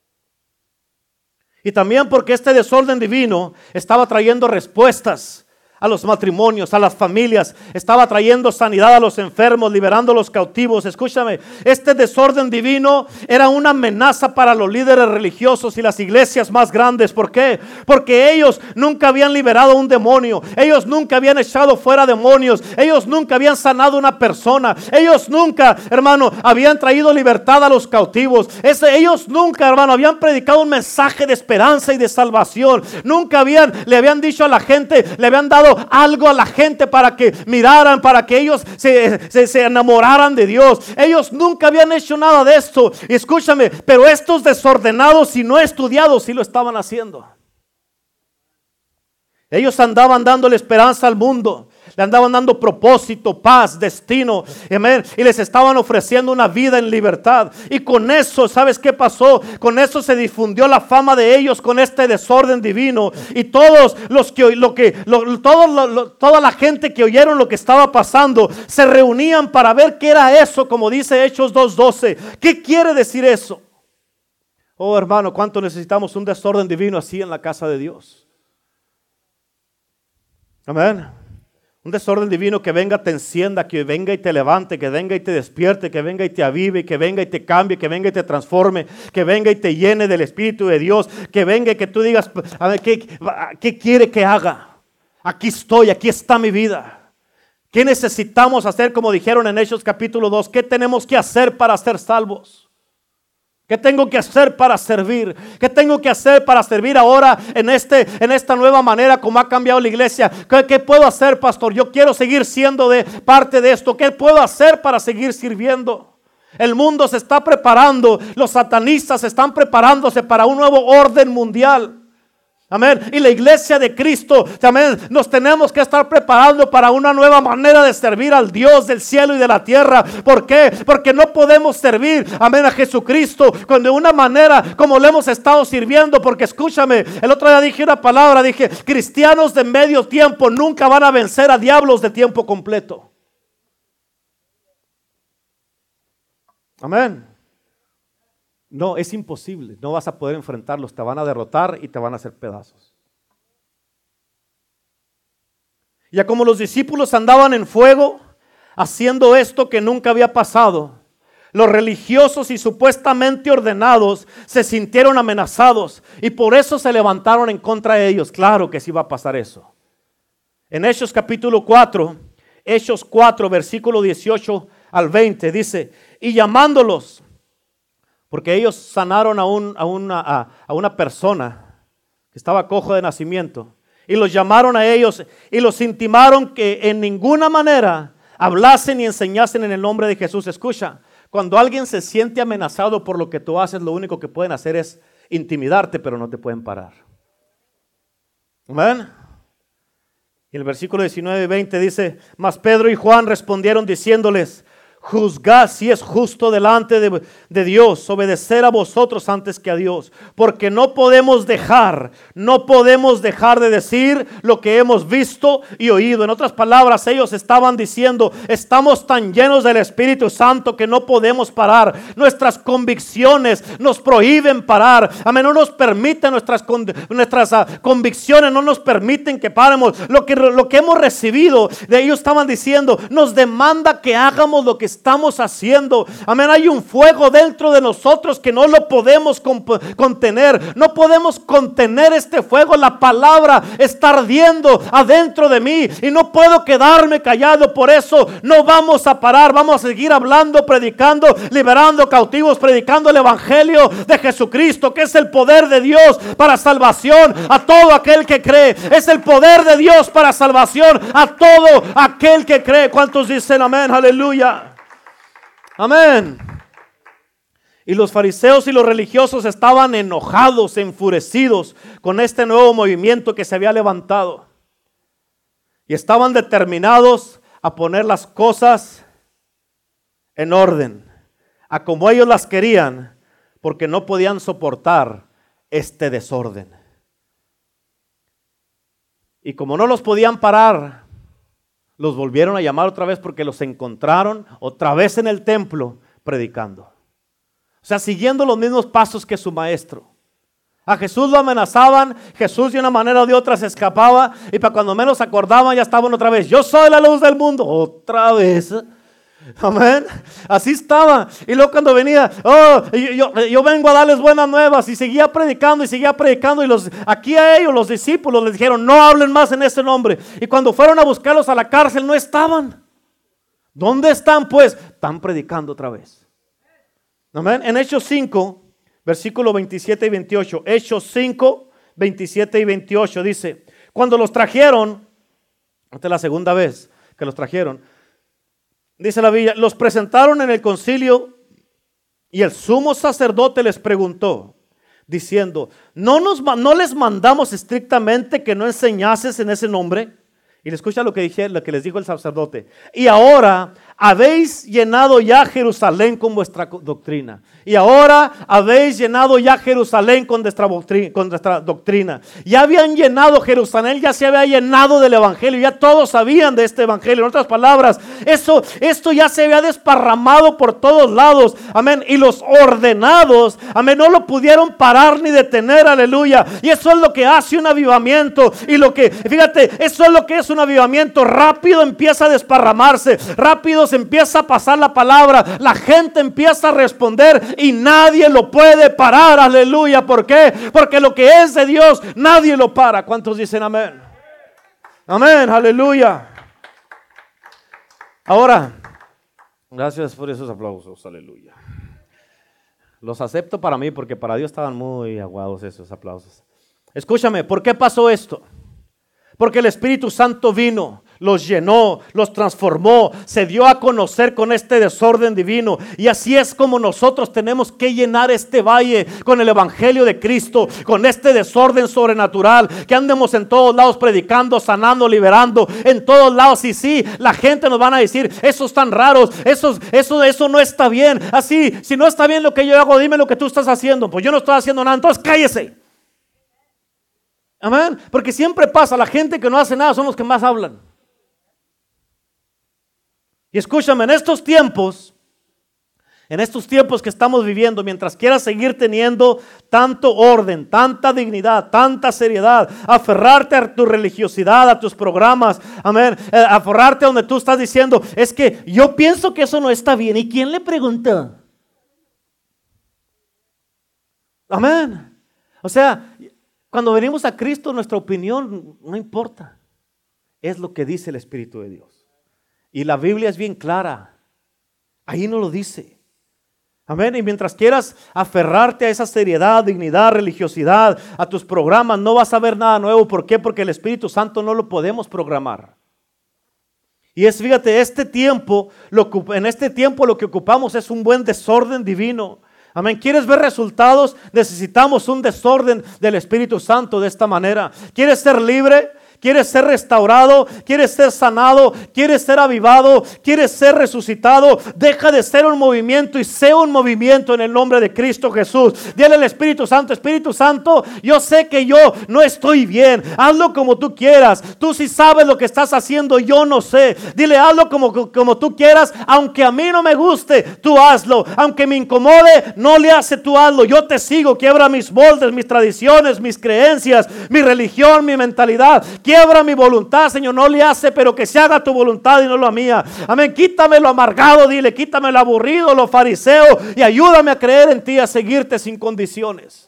B: Y también porque este desorden divino estaba trayendo respuestas a los matrimonios, a las familias, estaba trayendo sanidad a los enfermos, liberando a los cautivos. Escúchame, este desorden divino era una amenaza para los líderes religiosos y las iglesias más grandes. ¿Por qué? Porque ellos nunca habían liberado a un demonio, ellos nunca habían echado fuera demonios, ellos nunca habían sanado a una persona, ellos nunca, hermano, habían traído libertad a los cautivos. Ese, ellos nunca, hermano, habían predicado un mensaje de esperanza y de salvación. Nunca habían, le habían dicho a la gente, le habían dado algo a la gente para que miraran, para que ellos se, se, se enamoraran de Dios. Ellos nunca habían hecho nada de esto. Y escúchame, pero estos desordenados y no estudiados sí lo estaban haciendo. Ellos andaban dándole esperanza al mundo. Le andaban dando propósito, paz, destino, amén, y les estaban ofreciendo una vida en libertad. Y con eso, ¿sabes qué pasó? Con eso se difundió la fama de ellos, con este desorden divino. Y todos los que, lo que, lo, todo, lo, lo, toda la gente que oyeron lo que estaba pasando, se reunían para ver qué era eso, como dice Hechos dos doce. ¿Qué quiere decir eso? Oh, hermano, ¿cuánto necesitamos un desorden divino así en la casa de Dios? Amén. Un desorden divino que venga, te encienda, que venga y te levante, que venga y te despierte, que venga y te avive, que venga y te cambie, que venga y te transforme, que venga y te llene del Espíritu de Dios, que venga y que tú digas, a ver, ¿qué, qué quiere que haga? Aquí estoy, aquí está mi vida. ¿Qué necesitamos hacer? Como dijeron en Hechos capítulo dos, ¿qué tenemos que hacer para ser salvos? ¿Qué tengo que hacer para servir? ¿Qué tengo que hacer para servir ahora en, este, en esta nueva manera como ha cambiado la iglesia? ¿Qué, ¿Qué puedo hacer, pastor? Yo quiero seguir siendo de parte de esto. ¿Qué puedo hacer para seguir sirviendo? El mundo se está preparando. Los satanistas están preparándose para un nuevo orden mundial. Amén. Y la iglesia de Cristo también nos tenemos que estar preparando para una nueva manera de servir al Dios del cielo y de la tierra. ¿Por qué? Porque no podemos servir, amén, a Jesucristo con de una manera como le hemos estado sirviendo. Porque escúchame, el otro día dije una palabra, dije, cristianos de medio tiempo nunca van a vencer a diablos de tiempo completo. Amén. No, es imposible, no vas a poder enfrentarlos, te van a derrotar y te van a hacer pedazos. Ya como los discípulos andaban en fuego, haciendo esto que nunca había pasado, los religiosos y supuestamente ordenados se sintieron amenazados y por eso se levantaron en contra de ellos. Claro que sí va a pasar eso. En Hechos capítulo cuatro, Hechos cuatro, versículo dieciocho al veinte, dice, y llamándolos, porque ellos sanaron a, un, a, una, a, a una persona que estaba cojo de nacimiento, y los llamaron a ellos y los intimaron que en ninguna manera hablasen y enseñasen en el nombre de Jesús. Escucha, cuando alguien se siente amenazado por lo que tú haces, lo único que pueden hacer es intimidarte, pero no te pueden parar. Amén. Y el versículo diecinueve y veinte dice, mas Pedro y Juan respondieron diciéndoles, juzgad si es justo delante de, de Dios obedecer a vosotros antes que a Dios, porque no podemos dejar, no podemos dejar de decir lo que hemos visto y oído. En otras palabras, ellos estaban diciendo, estamos tan llenos del Espíritu Santo que no podemos parar. Nuestras convicciones nos prohíben parar. Amén, no nos permiten nuestras, nuestras uh, convicciones, no nos permiten que paremos. Lo que, lo que hemos recibido de ellos estaban diciendo, nos demanda que hagamos lo que estamos haciendo. Amén, hay un fuego dentro de nosotros que no lo podemos contener. No podemos contener este fuego. La palabra está ardiendo adentro de mí y no puedo quedarme callado. Por eso no vamos a parar. Vamos a seguir hablando, predicando, liberando cautivos, predicando el evangelio de Jesucristo, que es el poder de Dios para salvación a todo aquel que cree. Es el poder de Dios para salvación a todo aquel que cree. ¿Cuántos dicen amén? Aleluya. Amén. Y los fariseos y los religiosos estaban enojados, enfurecidos con este nuevo movimiento que se había levantado. Y estaban determinados a poner las cosas en orden, a como ellos las querían, porque no podían soportar este desorden. Y como no los podían parar, los volvieron a llamar otra vez porque los encontraron otra vez en el templo predicando. O sea, siguiendo los mismos pasos que su maestro. A Jesús lo amenazaban, Jesús de una manera o de otra se escapaba y para cuando menos acordaban ya estaban otra vez. Yo soy la luz del mundo, otra vez. Amén. Así estaba. Y luego cuando venía, oh, yo, yo, yo vengo a darles buenas nuevas. Y seguía predicando y seguía predicando. Y los, aquí a ellos, los discípulos, les dijeron, no hablen más en ese nombre. Y cuando fueron a buscarlos a la cárcel, no estaban. ¿Dónde están pues? Están predicando otra vez. Amén. En Hechos cinco, versículo veintisiete y veintiocho. Hechos cinco, veintisiete y veintiocho dice, cuando los trajeron, esta es la segunda vez que los trajeron, dice la Biblia, los presentaron en el concilio y el sumo sacerdote les preguntó, diciendo, ¿no, nos, no les mandamos estrictamente que no enseñases en ese nombre? Y le escucha lo que, dije, lo que les dijo el sacerdote. Y ahora habéis llenado ya Jerusalén con vuestra doctrina. Y ahora habéis llenado ya Jerusalén con nuestra doctrina, con nuestra doctrina. Ya habían llenado Jerusalén, ya se había llenado del evangelio. Ya todos sabían de este evangelio. En otras palabras, eso, esto ya se había desparramado por todos lados. Amén. Y los ordenados, amén, no lo pudieron parar ni detener. Aleluya. Y eso es lo que hace un avivamiento. Y lo que, fíjate, eso es lo que es un avivamiento. Rápido empieza a desparramarse. Rápido se empieza a pasar la palabra. La gente empieza a responder y nadie lo puede parar. Aleluya. ¿Por qué? Porque lo que es de Dios nadie lo para. ¿Cuántos dicen amén? Amén. Aleluya. Ahora, gracias por esos aplausos. Aleluya. Los acepto para mí porque para Dios estaban muy aguados esos aplausos. Escúchame, ¿por qué pasó esto? Porque el Espíritu Santo vino, los llenó, los transformó, se dio a conocer con este desorden divino. Y así es como nosotros tenemos que llenar este valle con el Evangelio de Cristo, con este desorden sobrenatural, que andemos en todos lados predicando, sanando, liberando, en todos lados. Y sí, la gente nos van a decir, esos están raros, esos, eso, eso no está bien. Así, si no está bien lo que yo hago, dime lo que tú estás haciendo. Pues yo no estoy haciendo nada, entonces cállese. Amén. Porque siempre pasa, la gente que no hace nada son los que más hablan. Y escúchame, en estos tiempos, en estos tiempos que estamos viviendo, mientras quieras seguir teniendo tanto orden, tanta dignidad, tanta seriedad, aferrarte a tu religiosidad, a tus programas, amén, aferrarte a donde tú estás diciendo, es que yo pienso que eso no está bien. ¿Y quién le preguntó? Amén. O sea, cuando venimos a Cristo, nuestra opinión no importa. Es lo que dice el Espíritu de Dios. Y la Biblia es bien clara. Ahí no lo dice. Amén. Y mientras quieras aferrarte a esa seriedad, dignidad, religiosidad, a tus programas, no vas a ver nada nuevo. ¿Por qué? Porque el Espíritu Santo no lo podemos programar. Y es, fíjate, este tiempo, lo, en este tiempo lo que ocupamos es un buen desorden divino. Amén. ¿Quieres ver resultados? Necesitamos un desorden del Espíritu Santo de esta manera. ¿Quieres ser libre? ¿Quieres ser restaurado? ¿Quieres ser sanado? ¿Quieres ser avivado? ¿Quieres ser resucitado? Deja de ser un movimiento y sea un movimiento en el nombre de Cristo Jesús. Dile al Espíritu Santo: Espíritu Santo, yo sé que yo no estoy bien. Hazlo como tú quieras. Tú sí sabes lo que estás haciendo, yo no sé. Dile: hazlo como, como tú quieras. Aunque a mí no me guste, tú hazlo. Aunque me incomode, no le hace, tú hazlo. Yo te sigo. Quiebra mis moldes, mis tradiciones, mis creencias, mi religión, mi mentalidad. Quiebra mi voluntad, Señor, no le hace, pero que se haga tu voluntad y no la mía. Amén. Quítame lo amargado, dile, quítame lo aburrido, lo fariseo, y ayúdame a creer en ti, a seguirte sin condiciones.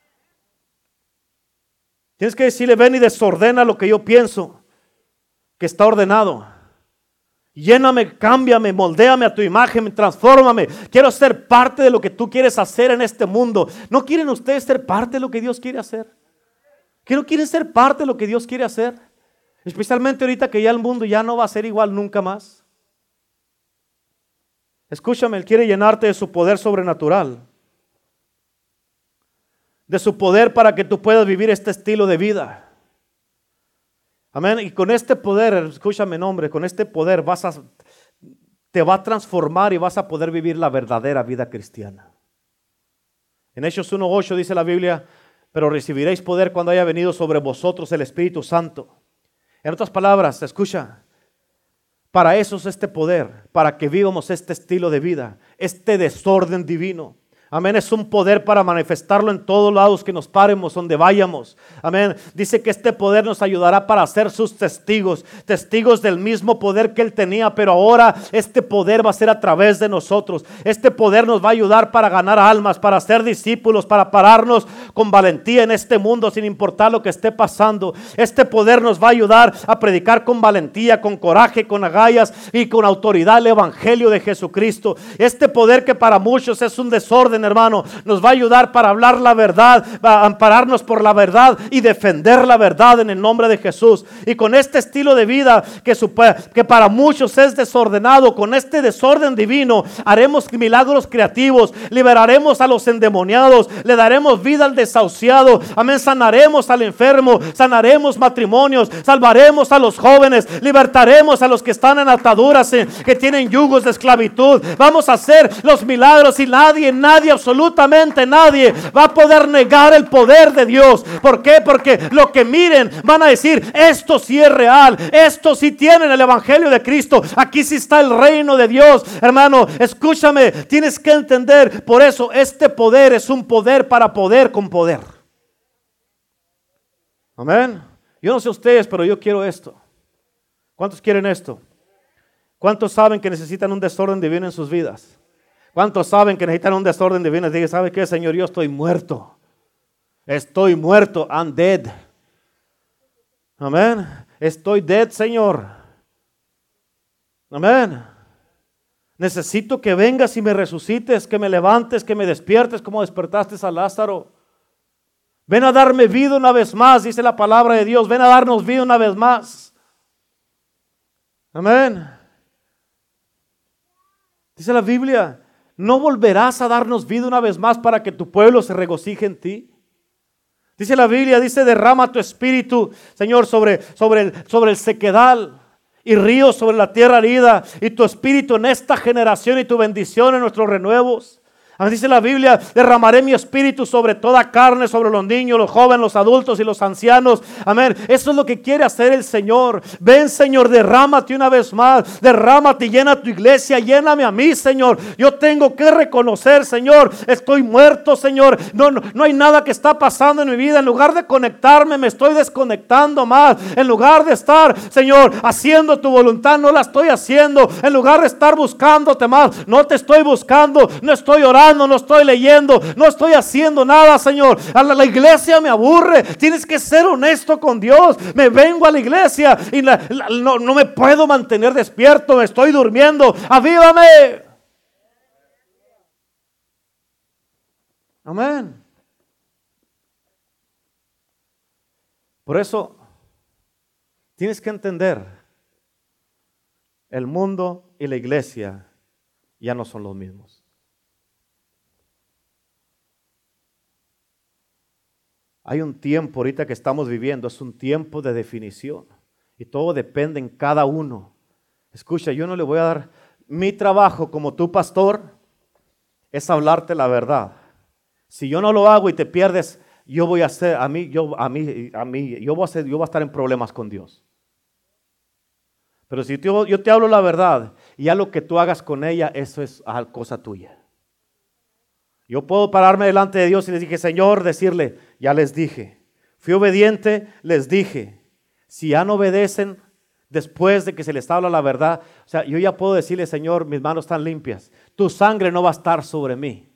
B: Tienes que decirle: ven y desordena lo que yo pienso que está ordenado. Lléname, cámbiame, moldéame a tu imagen, transfórmame. Quiero ser parte de lo que tú quieres hacer en este mundo. ¿No quieren ustedes ser parte de lo que Dios quiere hacer? ¿Que no quieren ser parte de lo que Dios quiere hacer? Especialmente ahorita que ya el mundo ya no va a ser igual nunca más. Escúchame, Él quiere llenarte de su poder sobrenatural. De su poder para que tú puedas vivir este estilo de vida. Amén. Y con este poder, escúchame, hombre, con este poder vas a, te va a transformar y vas a poder vivir la verdadera vida cristiana. En Hechos uno ocho dice la Biblia: pero recibiréis poder cuando haya venido sobre vosotros el Espíritu Santo. En otras palabras, escucha, para eso es este poder, para que vivamos este estilo de vida, este desorden divino. Amén, es un poder para manifestarlo en todos lados que nos paremos, donde vayamos. Amén, dice que este poder nos ayudará para ser sus testigos, testigos del mismo poder que Él tenía, pero ahora este poder va a ser a través de nosotros. Este poder nos va a ayudar para ganar almas, para ser discípulos, para pararnos con valentía en este mundo sin importar lo que esté pasando. Este poder nos va a ayudar a predicar con valentía, con coraje, con agallas y con autoridad el Evangelio de Jesucristo. Este poder que para muchos es un desorden, hermano, nos va a ayudar para hablar la verdad, para ampararnos por la verdad y defender la verdad en el nombre de Jesús. Y con este estilo de vida que, que para muchos es desordenado, con este desorden divino haremos milagros creativos, liberaremos a los endemoniados, le daremos vida al desahuciado, amén, sanaremos al enfermo, sanaremos matrimonios, salvaremos a los jóvenes, libertaremos a los que están en ataduras, que tienen yugos de esclavitud. Vamos a hacer los milagros y nadie, nadie, absolutamente nadie va a poder negar el poder de Dios. ¿Por qué? Porque lo que miren van a decir: esto sí es real, esto sí tienen el Evangelio de Cristo, aquí sí está el reino de Dios. Hermano, escúchame, tienes que entender, por eso este poder es un poder para poder con poder. Amén. Yo no sé ustedes, pero yo quiero esto. ¿Cuántos quieren esto? ¿Cuántos saben que necesitan un desorden divino en sus vidas? ¿Cuántos saben que necesitan un desorden divino? Digan: ¿sabe qué, Señor? Yo estoy muerto. Estoy muerto. I'm dead. Amén. Estoy dead, Señor. Amén. Necesito que vengas y me resucites, que me levantes, que me despiertes como despertaste a Lázaro. Ven a darme vida una vez más, dice la palabra de Dios. Ven a darnos vida una vez más. Amén. Dice la Biblia: ¿no volverás a darnos vida una vez más para que tu pueblo se regocije en ti? Dice la Biblia, dice: derrama tu espíritu, Señor, sobre, sobre, el, sobre el sequedal y ríos sobre la tierra herida, y tu espíritu en esta generación y tu bendición en nuestros renuevos. Dice la Biblia: derramaré mi espíritu sobre toda carne, sobre los niños, los jóvenes, los adultos y los ancianos. Amén. Eso es lo que quiere hacer el Señor. Ven, Señor, derrámate una vez más. Derrámate y llena tu iglesia. Lléname a mí, Señor. Yo tengo que reconocer, Señor, estoy muerto, Señor. No, no, no hay nada que está pasando en mi vida. En lugar de conectarme, me estoy desconectando más. En lugar de estar, Señor, haciendo tu voluntad, no la estoy haciendo. En lugar de estar buscándote más, no te estoy buscando. No estoy orando. No estoy leyendo, no estoy haciendo nada, Señor. A la, la iglesia me aburre. Tienes que ser honesto con Dios. Me vengo a la iglesia y la, la, no, no me puedo mantener despierto. Me estoy durmiendo. Avívame. Amén. Por eso tienes que entender, el mundo y la iglesia ya no son los mismos. Hay un tiempo ahorita que estamos viviendo, es un tiempo de definición y todo depende en cada uno. Escucha, yo no le voy a dar, mi trabajo como tu pastor es hablarte la verdad. Si yo no lo hago y te pierdes, yo voy a hacer, a mí, yo, a mí, a mí, yo voy a hacer, yo voy a estar en problemas con Dios. Pero si yo, yo te hablo la verdad y ya lo que tú hagas con ella, eso es cosa tuya. Yo puedo pararme delante de Dios y les dije, Señor, decirle, ya les dije, fui obediente, les dije, si ya no obedecen después de que se les habla la verdad, o sea, yo ya puedo decirle, Señor, mis manos están limpias, tu sangre no va a estar sobre mí.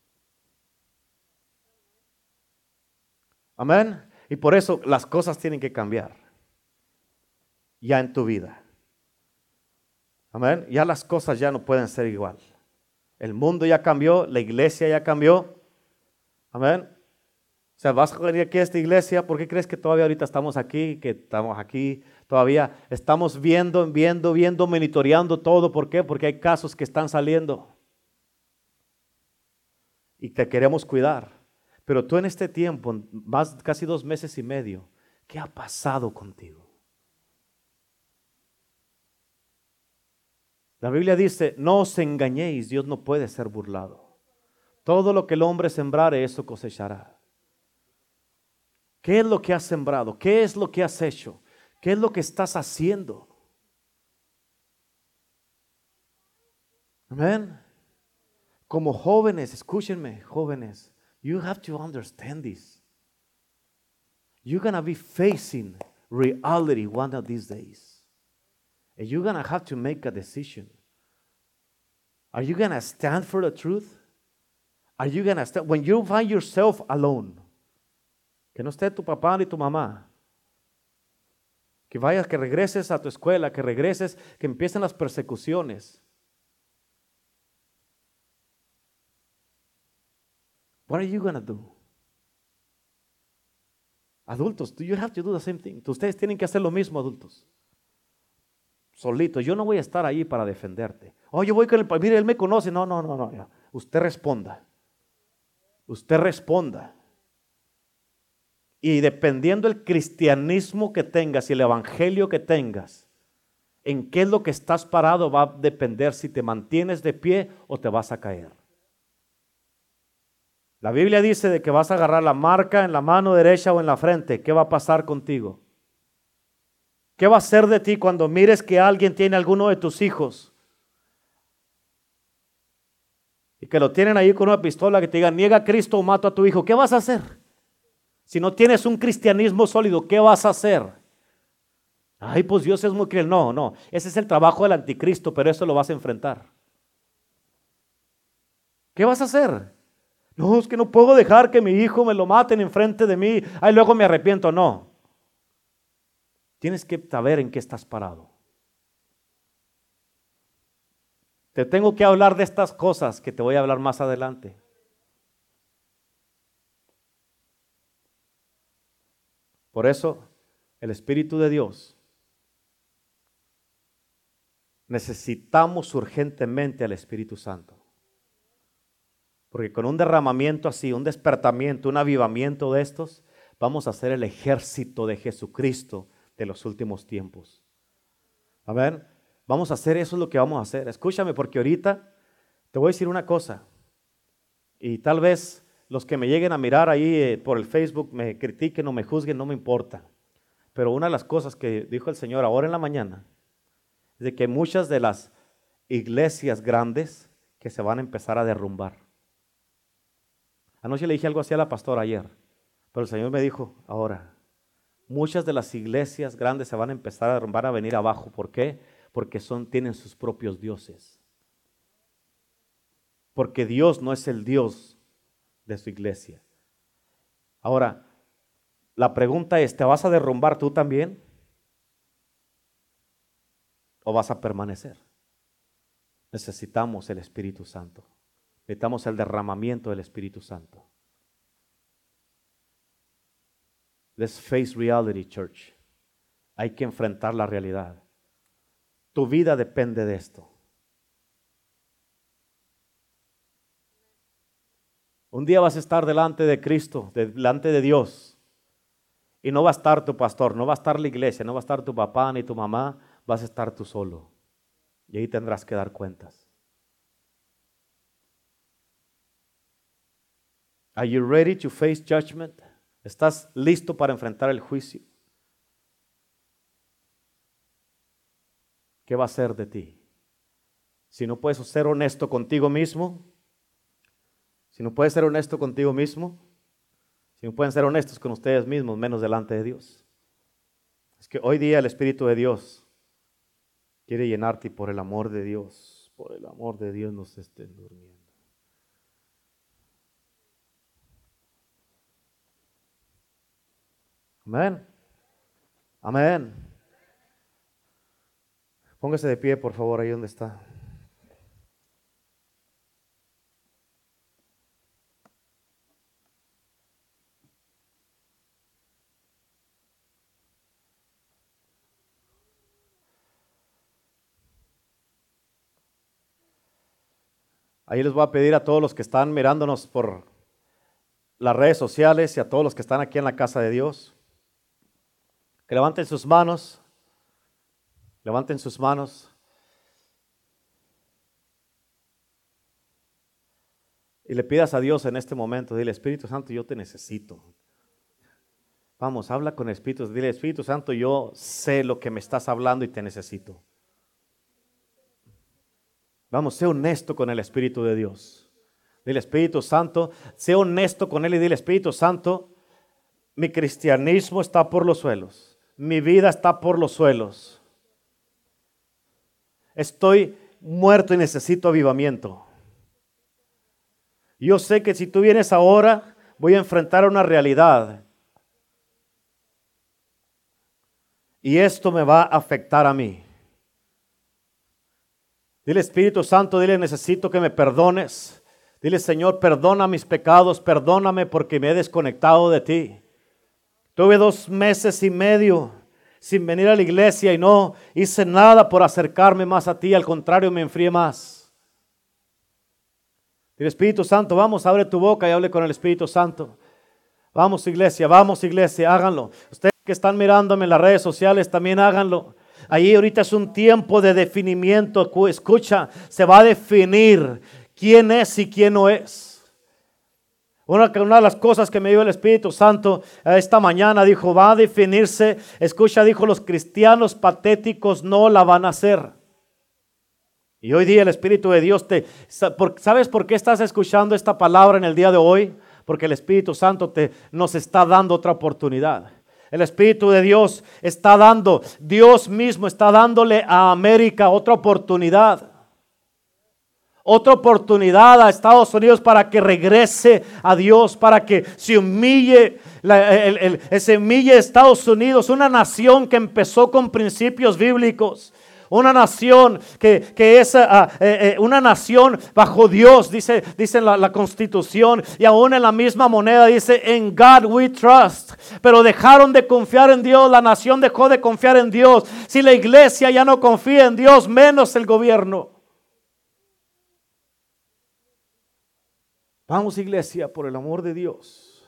B: Amén. Y por eso las cosas tienen que cambiar ya en tu vida. Amén. Ya las cosas ya no pueden ser igual. El mundo ya cambió, la iglesia ya cambió. Amén. O sea, vas a venir aquí a esta iglesia, ¿por qué crees que todavía ahorita estamos aquí? Que estamos aquí, todavía estamos viendo, viendo, viendo, monitoreando todo. ¿Por qué? Porque hay casos que están saliendo. Y te queremos cuidar. Pero tú en este tiempo, más casi dos meses y medio, ¿qué ha pasado contigo? La Biblia dice, no os engañéis, Dios no puede ser burlado. Todo lo que el hombre sembrare, eso cosechará. ¿Qué es lo que has sembrado? ¿Qué es lo que has hecho? ¿Qué es lo que estás haciendo? Amén. Como jóvenes, escúchenme, jóvenes, you have to understand this. You're going to be facing reality one of these days. And you're going to have to make a decision. Are you going to stand for the truth? Are you going to stand? When you find yourself alone, que no esté tu papá ni tu mamá, que vayas, que regreses a tu escuela, que regreses, que empiecen las persecuciones. What are you going to do? Adultos, you have to do the same thing. Ustedes tienen que hacer lo mismo, adultos. Solito, yo no voy a estar ahí para defenderte. Oh, yo voy con el, mire, él me conoce. No, no, no, no. Ya. Usted responda. Usted responda. Y dependiendo del cristianismo que tengas y el evangelio que tengas, en qué es lo que estás parado va a depender si te mantienes de pie o te vas a caer. La Biblia dice de que vas a agarrar la marca en la mano derecha o en la frente. ¿Qué va a pasar contigo? ¿Qué va a hacer de ti cuando mires que alguien tiene alguno de tus hijos y que lo tienen ahí con una pistola que te diga, niega a Cristo o mato a tu hijo? ¿Qué vas a hacer? Si no tienes un cristianismo sólido, ¿qué vas a hacer? Ay, pues Dios es muy cruel. No, no, ese es el trabajo del anticristo, pero eso lo vas a enfrentar. ¿Qué vas a hacer? No, es que no puedo dejar que mi hijo me lo maten enfrente de mí. Ay, luego me arrepiento. No. Tienes que saber en qué estás parado. Te tengo que hablar de estas cosas que te voy a hablar más adelante. Por eso, el Espíritu de Dios, necesitamos urgentemente al Espíritu Santo. Porque con un derramamiento así, un despertamiento, un avivamiento de estos, vamos a ser el ejército de Jesucristo de los últimos tiempos. Amén. Vamos a hacer eso, es lo que vamos a hacer. Escúchame, porque ahorita te voy a decir una cosa. Y tal vez los que me lleguen a mirar ahí eh, por el Facebook me critiquen o me juzguen, no me importa. Pero una de las cosas que dijo el Señor ahora en la mañana es de que muchas de las iglesias grandes que se van a empezar a derrumbar. Anoche le dije algo así a la pastora ayer, pero el Señor me dijo ahora, muchas de las iglesias grandes se van a empezar a derrumbar, a venir abajo. ¿Por qué? Porque son, tienen sus propios dioses. Porque Dios no es el Dios de su iglesia. Ahora, la pregunta es, ¿te vas a derrumbar tú también? ¿O vas a permanecer? Necesitamos el Espíritu Santo. Necesitamos el derramamiento del Espíritu Santo. Let's face reality, church. Hay que enfrentar la realidad. Tu vida depende de esto. Un día vas a estar delante de Cristo, delante de Dios. Y no va a estar tu pastor, no va a estar la iglesia, no va a estar tu papá ni tu mamá. Vas a estar tú solo. Y ahí tendrás que dar cuentas. Are you ready to face judgment? ¿Estás listo para enfrentar el juicio? ¿Qué va a ser de ti? Si no puedes ser honesto contigo mismo, si no puedes ser honesto contigo mismo, si no pueden ser honestos con ustedes mismos, menos delante de Dios. Es que hoy día el Espíritu de Dios quiere llenarte y por el amor de Dios, por el amor de Dios no se estén durmiendo. Amén. Amén. Póngase de pie, por favor, ahí donde está. Ahí les voy a pedir a todos los que están mirándonos por las redes sociales y a todos los que están aquí en la casa de Dios, que levanten sus manos, levanten sus manos y le pidas a Dios en este momento, dile, Espíritu Santo, yo te necesito. Vamos, habla con el Espíritu, dile, Espíritu Santo, yo sé lo que me estás hablando y te necesito. Vamos, sé honesto con el Espíritu de Dios. Dile, Espíritu Santo, sé honesto con Él y dile, Espíritu Santo, mi cristianismo está por los suelos. Mi vida está por los suelos. Estoy muerto y necesito avivamiento. Yo sé que si tú vienes ahora, voy a enfrentar una realidad. Y esto me va a afectar a mí. Dile, Espíritu Santo, dile, necesito que me perdones. Dile, Señor, perdona mis pecados, perdóname porque me he desconectado de ti. Tuve dos meses y medio sin venir a la iglesia y no hice nada por acercarme más a ti, al contrario, me enfrié más. Dile, Espíritu Santo, vamos, abre tu boca y hable con el Espíritu Santo. Vamos, iglesia, vamos, iglesia, háganlo. Ustedes que están mirándome en las redes sociales, también háganlo. Ahí ahorita es un tiempo de definimiento. Escucha, se va a definir quién es y quién no es. Una, una de las cosas que me dio el Espíritu Santo esta mañana, dijo, va a definirse. Escucha, dijo, los cristianos patéticos no la van a hacer. Y hoy día el Espíritu de Dios te... ¿Sabes por qué estás escuchando esta palabra en el día de hoy? Porque el Espíritu Santo te, nos está dando otra oportunidad. El Espíritu de Dios está dando, Dios mismo está dándole a América otra oportunidad. Otra oportunidad a Estados Unidos para que regrese a Dios, para que se humille, la, el, el, se humille Estados Unidos, una nación que empezó con principios bíblicos. Una nación que, que es uh, eh, eh, una nación bajo Dios, dice, dice la, la Constitución, y aún en la misma moneda dice, in God we trust. Pero dejaron de confiar en Dios, la nación dejó de confiar en Dios. Si la iglesia ya no confía en Dios, menos el gobierno. Vamos, iglesia, por el amor de Dios.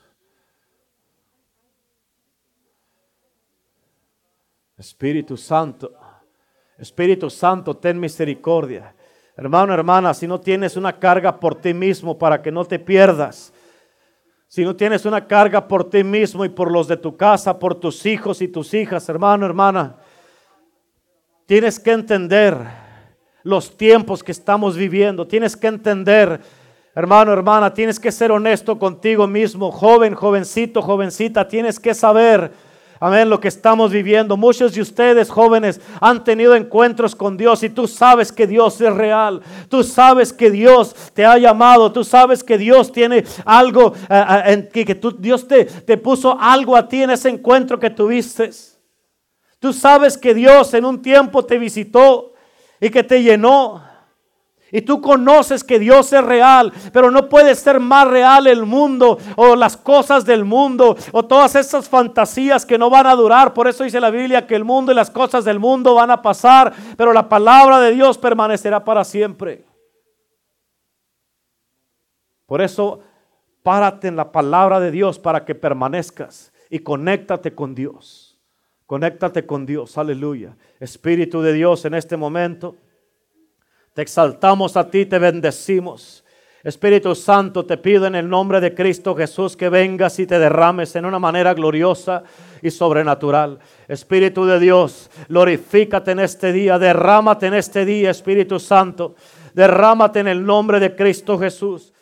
B: Espíritu Santo. Espíritu Santo, ten misericordia. Hermano, hermana, si no tienes una carga por ti mismo para que no te pierdas, si no tienes una carga por ti mismo y por los de tu casa, por tus hijos y tus hijas, hermano, hermana, tienes que entender los tiempos que estamos viviendo. Tienes que entender, hermano, hermana, tienes que ser honesto contigo mismo. Joven, jovencito, jovencita, tienes que saber, amén, lo que estamos viviendo. Muchos de ustedes jóvenes han tenido encuentros con Dios y tú sabes que Dios es real. Tú sabes que Dios te ha llamado. Tú sabes que Dios tiene algo, uh, en que, que tú, Dios te, te puso algo a ti en ese encuentro que tuviste. Tú sabes que Dios en un tiempo te visitó y que te llenó Y tú conoces que Dios es real, pero no puede ser más real el mundo o las cosas del mundo o todas esas fantasías que no van a durar. Por eso dice la Biblia que el mundo y las cosas del mundo van a pasar, pero la palabra de Dios permanecerá para siempre. Por eso, párate en la palabra de Dios para que permanezcas y conéctate con Dios. Conéctate con Dios, aleluya. Espíritu de Dios, en este momento te exaltamos a ti, te bendecimos. Espíritu Santo, te pido en el nombre de Cristo Jesús que vengas y te derrames en una manera gloriosa y sobrenatural. Espíritu de Dios, glorifícate en este día, derrámate en este día, Espíritu Santo. Derrámate en el nombre de Cristo Jesús.